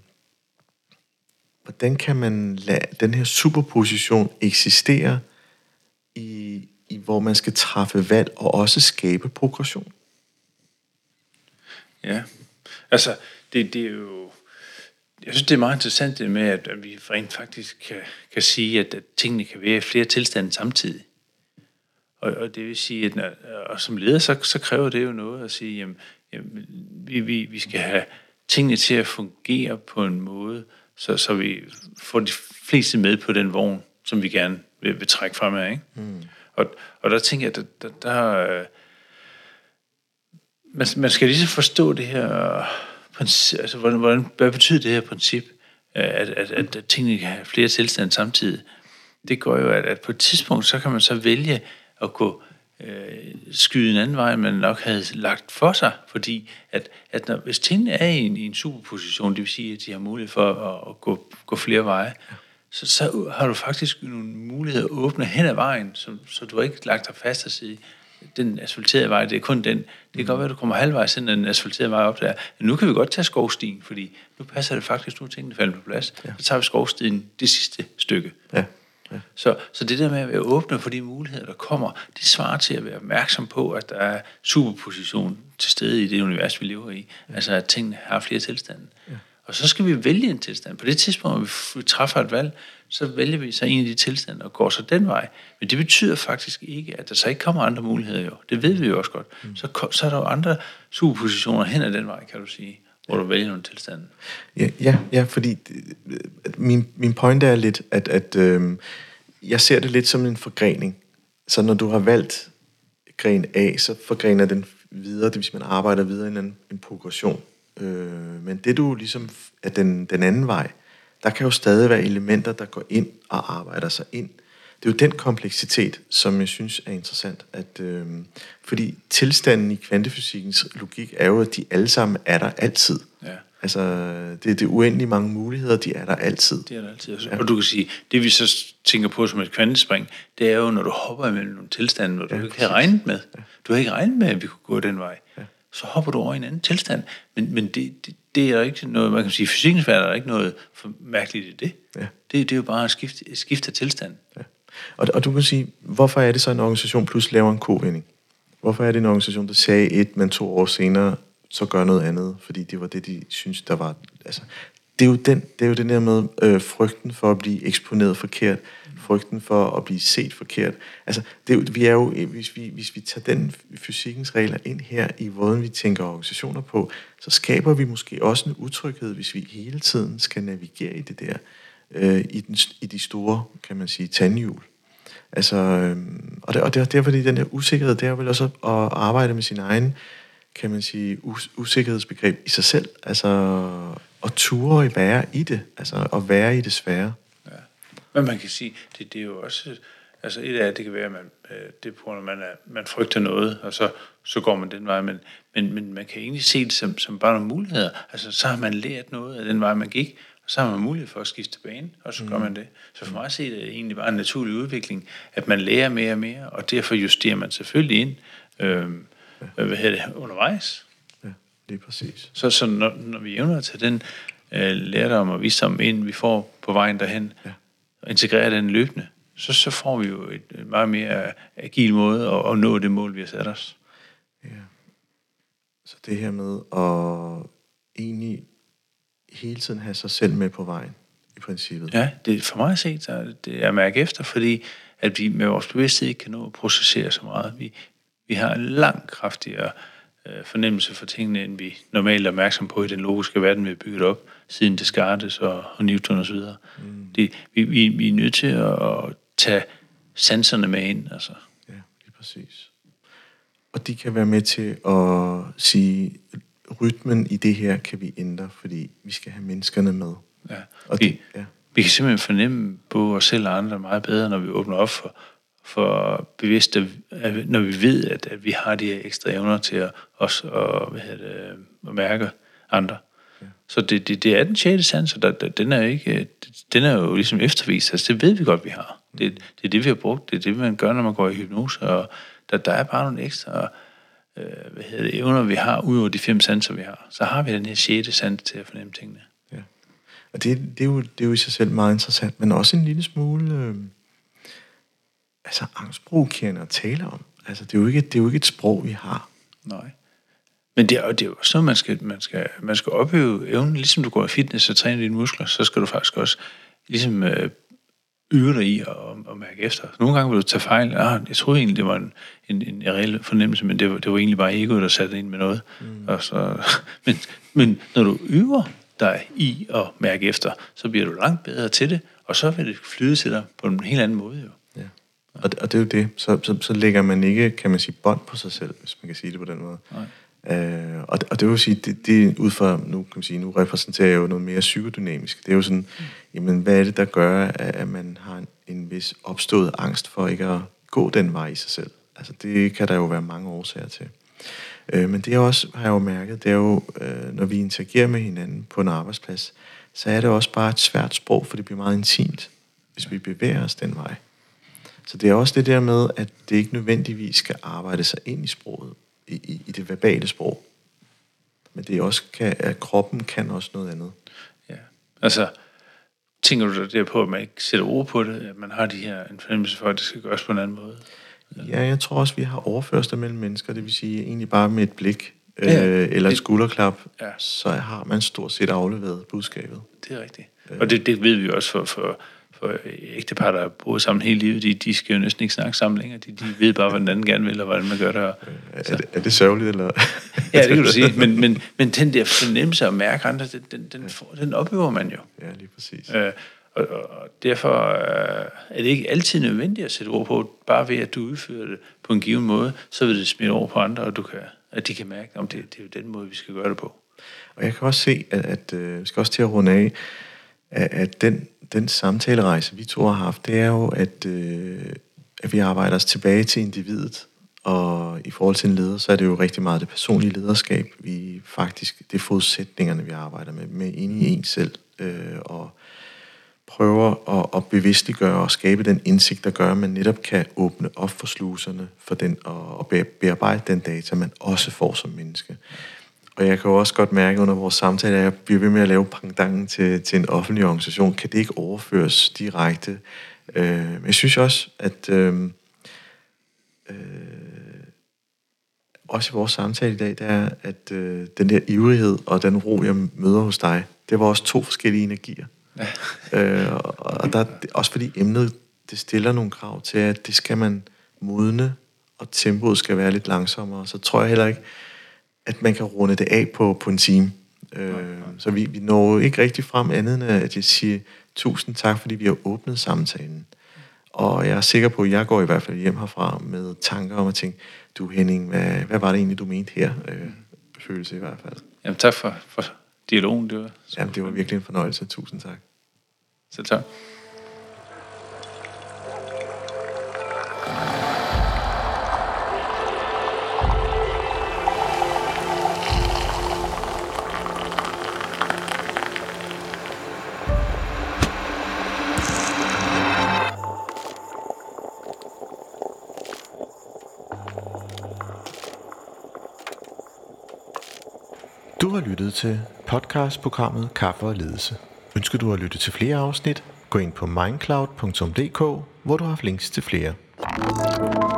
[SPEAKER 1] man lade den her superposition eksistere, hvor man skal træffe valg og også skabe progression?
[SPEAKER 2] Ja, altså, det er jo... Jeg synes, det er meget interessant det med, at vi rent faktisk kan sige, at tingene kan være i flere tilstande samtidig. Og det vil sige, at og som leder, så kræver det jo noget at sige, jamen vi skal have tingene til at fungere på en måde, så vi får de fleste med på den vogn, som vi gerne vil trække fremad, ikke? Mm. Og der tænker jeg, at man skal lige så forstå det her princip, altså hvad betyder det her princip, at tingene kan have flere tilstande samtidig. Det går jo, at på et tidspunkt, så kan man så vælge at gå skyde en anden vej, end man nok havde lagt for sig, fordi hvis tingene er i en superposition, det vil sige, at de har mulighed for at gå flere veje, så har du faktisk nogle muligheder at åbne hen ad vejen, så du har ikke lagt dig fast at sige, den asfalterede vej, det er kun den. Det kan godt være, at du kommer halvvejs ind den asfalterede vej op der. Men nu kan vi godt tage skovstien, fordi nu passer det faktisk, nu tingene falder på plads. Ja. Så tager vi skovstien det sidste stykke. Ja. Ja. Så det der med at være åbne for de muligheder, der kommer, det svarer til at være opmærksom på, at der er superposition til stede i det univers, vi lever i. Ja. Altså, at tingene har flere tilstande. Ja. Og så skal vi vælge en tilstand. På det tidspunkt, hvor vi træffer et valg, så vælger vi så en af de tilstande og går så den vej. Men det betyder faktisk ikke, at der så ikke kommer andre muligheder jo. Det ved vi jo også godt. Mm. Så er der jo andre superpositioner hen ad den vej, kan du sige, hvor du vælger nogle tilstande.
[SPEAKER 1] Ja, fordi min pointe er lidt, at jeg ser det lidt som en forgrening. Så når du har valgt gren A, så forgrener den videre, det vil sige, man arbejder videre i en progression. Men det du ligesom er den anden vej, der kan jo stadig være elementer, der går ind og arbejder sig ind. det er jo den kompleksitet, som jeg synes er interessant, at, fordi tilstanden i kvantefysikkens logik er jo, at de alle sammen er der altid.
[SPEAKER 2] Ja.
[SPEAKER 1] Altså, det er uendelig mange muligheder, de er der altid.
[SPEAKER 2] Det er der altid. Ja. Og du kan sige, det vi så tænker på som et kvantespring, det er jo, når du hopper imellem nogle tilstande, hvor du ikke har regnet med. Ja. Du har ikke regnet med, at vi kunne gå den vej. Ja. Så hopper du over i en anden tilstand. Men det er ikke noget, man kan sige, fysikkens verden er der ikke noget for mærkeligt i det. Ja. Det er jo bare et skift af tilstand. Ja.
[SPEAKER 1] Og du kan sige, hvorfor er det så en organisation pludselig laver en kovending? Hvorfor er det en organisation, der sagde et, men 2 år senere så gør noget andet, fordi det var det, de synes, der var... Altså, det er jo den der med frygten for at blive eksponeret forkert, frygten for at blive set forkert. Altså, vi er jo, hvis vi tager den fysikkens regler ind her i måden, vi tænker organisationer på, så skaber vi måske også en utryghed, hvis vi hele tiden skal navigere i det der, i de store, kan man sige, tandhjul. Altså, og det er derfor, den her usikkerhed, det er vel også at arbejde med sin egen, kan man sige, usikkerhedsbegreb i sig selv, altså at ture at være i det, altså at være i det svære.
[SPEAKER 2] Ja. Men man kan sige, det er jo også, altså et af det kan være, at det er på grund af, man frygter noget, og så går man den vej, men man kan egentlig se det som bare nogle muligheder. Altså så har man lært noget af den vej, man gik, og så har man mulighed for at skifte bane, og så gør man det. Så for mig at se, det er egentlig bare en naturlig udvikling, at man lærer mere og mere, og derfor justerer man selvfølgelig ind, undervejs.
[SPEAKER 1] Ja, lige præcis.
[SPEAKER 2] Så når vi evner til den lærdom og visdom ind, vi får på vejen derhen, og integrerer den løbende, så får vi jo et meget mere agil måde at nå det mål, vi har sat os.
[SPEAKER 1] Ja. Så det her med at egentlig hele tiden have sig selv med på vejen, i princippet.
[SPEAKER 2] Ja, det er for mig at se, det er at mærke efter, fordi at vi med vores bevidsthed ikke kan nå at processere så meget. Vi har en langt kraftigere fornemmelse for tingene, end vi normalt er opmærksom på i den logiske verden, vi har bygget op, siden Descartes og Newton osv. Vi er nødt til at tage sanserne med ind. Altså.
[SPEAKER 1] Ja, lige præcis. Og de kan være med til at sige, rytmen i det her kan vi ændre, fordi vi skal have menneskerne med.
[SPEAKER 2] Ja. Og vi kan simpelthen fornemme på os selv og andre meget bedre, når vi åbner op for bevidst, når vi ved, at vi har de her ekstra evner til at mærke andre. Ja. Så det er den 6. sans, og den er jo ligesom eftervist. Altså, det ved vi godt, vi har. Det er det, vi har brugt. Det er det, man gør, når man går i hypnose. Og der er bare nogle ekstra evner, vi har, ud over de 5 sanser, vi har. Så har vi den her 6. sans til at fornemme tingene.
[SPEAKER 1] Ja. Og det er jo i sig selv meget interessant, men også en lille smule... angstprovokerende at tale om. Altså, det er jo ikke et sprog, vi har.
[SPEAKER 2] Nej. Men det er jo også noget, man skal opøve evnen. Ligesom du går i fitness og træner dine muskler, så skal du faktisk også ligesom øve dig i at mærke efter. Nogle gange vil du tage fejl. Jeg troede egentlig, det var en reel fornemmelse, men det var egentlig bare egoet, der satte ind med noget. Og så, men når du øver dig i at mærke efter, så bliver du langt bedre til det, og så vil det flyde til dig på en helt anden måde. Jo.
[SPEAKER 1] Ja. Og det er jo det. Så lægger man ikke, kan man sige, bånd på sig selv, hvis man kan sige det på den måde. Og det vil sige, det ud fra, nu kan man sige, nu repræsenterer jeg jo noget mere psykodynamisk. Det er jo sådan, jamen, hvad er det, der gør, at man har en vis opstået angst for ikke at gå den vej i sig selv? Altså, det kan der jo være mange årsager til. Men det også, har jeg jo mærket, det er jo, når vi interagerer med hinanden på en arbejdsplads, så er det også bare et svært sprog, for det bliver meget intimt, hvis vi bevæger os den vej. Så det er også det der med, at det ikke nødvendigvis skal arbejde sig ind i sproget, i det verbale sprog. Men det er også at kroppen kan også noget andet.
[SPEAKER 2] Ja, altså tænker du der på, at man ikke sætter ord på det, at man har de her en fornemmelse for, at det skal gøres på en anden måde?
[SPEAKER 1] Ja, jeg tror også, vi har overførsler mellem mennesker, det vil sige egentlig bare med et blik eller et skulderklap, så har man stort set afleveret budskabet.
[SPEAKER 2] Det er rigtigt. Og det ved vi også for ægtepar, der har boet sammen hele livet, de skal jo næsten ikke snakke sammen længere. De ved bare, hvad den anden gerne vil, og hvordan man gør det.
[SPEAKER 1] Er det sørgeligt, eller?
[SPEAKER 2] Ja, det kan du sige. Men den der fornemmelse af at mærke andre, den opøver man jo.
[SPEAKER 1] Ja, lige præcis.
[SPEAKER 2] Og derfor er det ikke altid nødvendigt at sætte ord på, bare ved at du udfører det på en given måde, så vil det smitte over på andre, og at de kan mærke, om det er jo den måde, vi skal gøre det på.
[SPEAKER 1] Og jeg kan også se, at vi skal også til at runde af, at den samtalerejse, vi to har haft, det er jo, at vi arbejder os tilbage til individet. Og i forhold til en leder, så er det jo rigtig meget det personlige lederskab. Det er forudsætningerne, vi arbejder med inde i en selv. Og prøver at bevidstliggøre og skabe den indsigt, der gør, at man netop kan åbne op for sluserne for den, og bearbejde den data, man også får som menneske. Og jeg kan jo også godt mærke under vores samtale, at jeg bliver ved med at lave pangdangen til en offentlig organisation. Kan det ikke overføres direkte? Men jeg synes også, at også i vores samtale i dag, det er, at den der ivrighed og den ro, jeg møder hos dig, det var også 2 forskellige energier. Ja. Og der, også fordi emnet, det stiller nogle krav til, at det skal man modne, og tempoet skal være lidt langsommere. Så tror jeg heller ikke, at man kan runde det af på en time. Så vi når jo ikke rigtig frem andet end, at jeg siger 1000 tak, fordi vi har åbnet samtalen. Og jeg er sikker på, at jeg går i hvert fald hjem herfra med tanker om at tænke, du Henning, hvad var det egentlig, du mente her? Følelse i hvert fald.
[SPEAKER 2] Jamen tak for dialogen.
[SPEAKER 1] Det var virkelig en fornøjelse. 1000 tak.
[SPEAKER 2] Selv tak.
[SPEAKER 1] Du har lyttet til podcastprogrammet Kaffe og Ledelse. Ønsker du at lytte til flere afsnit? Gå ind på mindcloud.dk, hvor du har links til flere.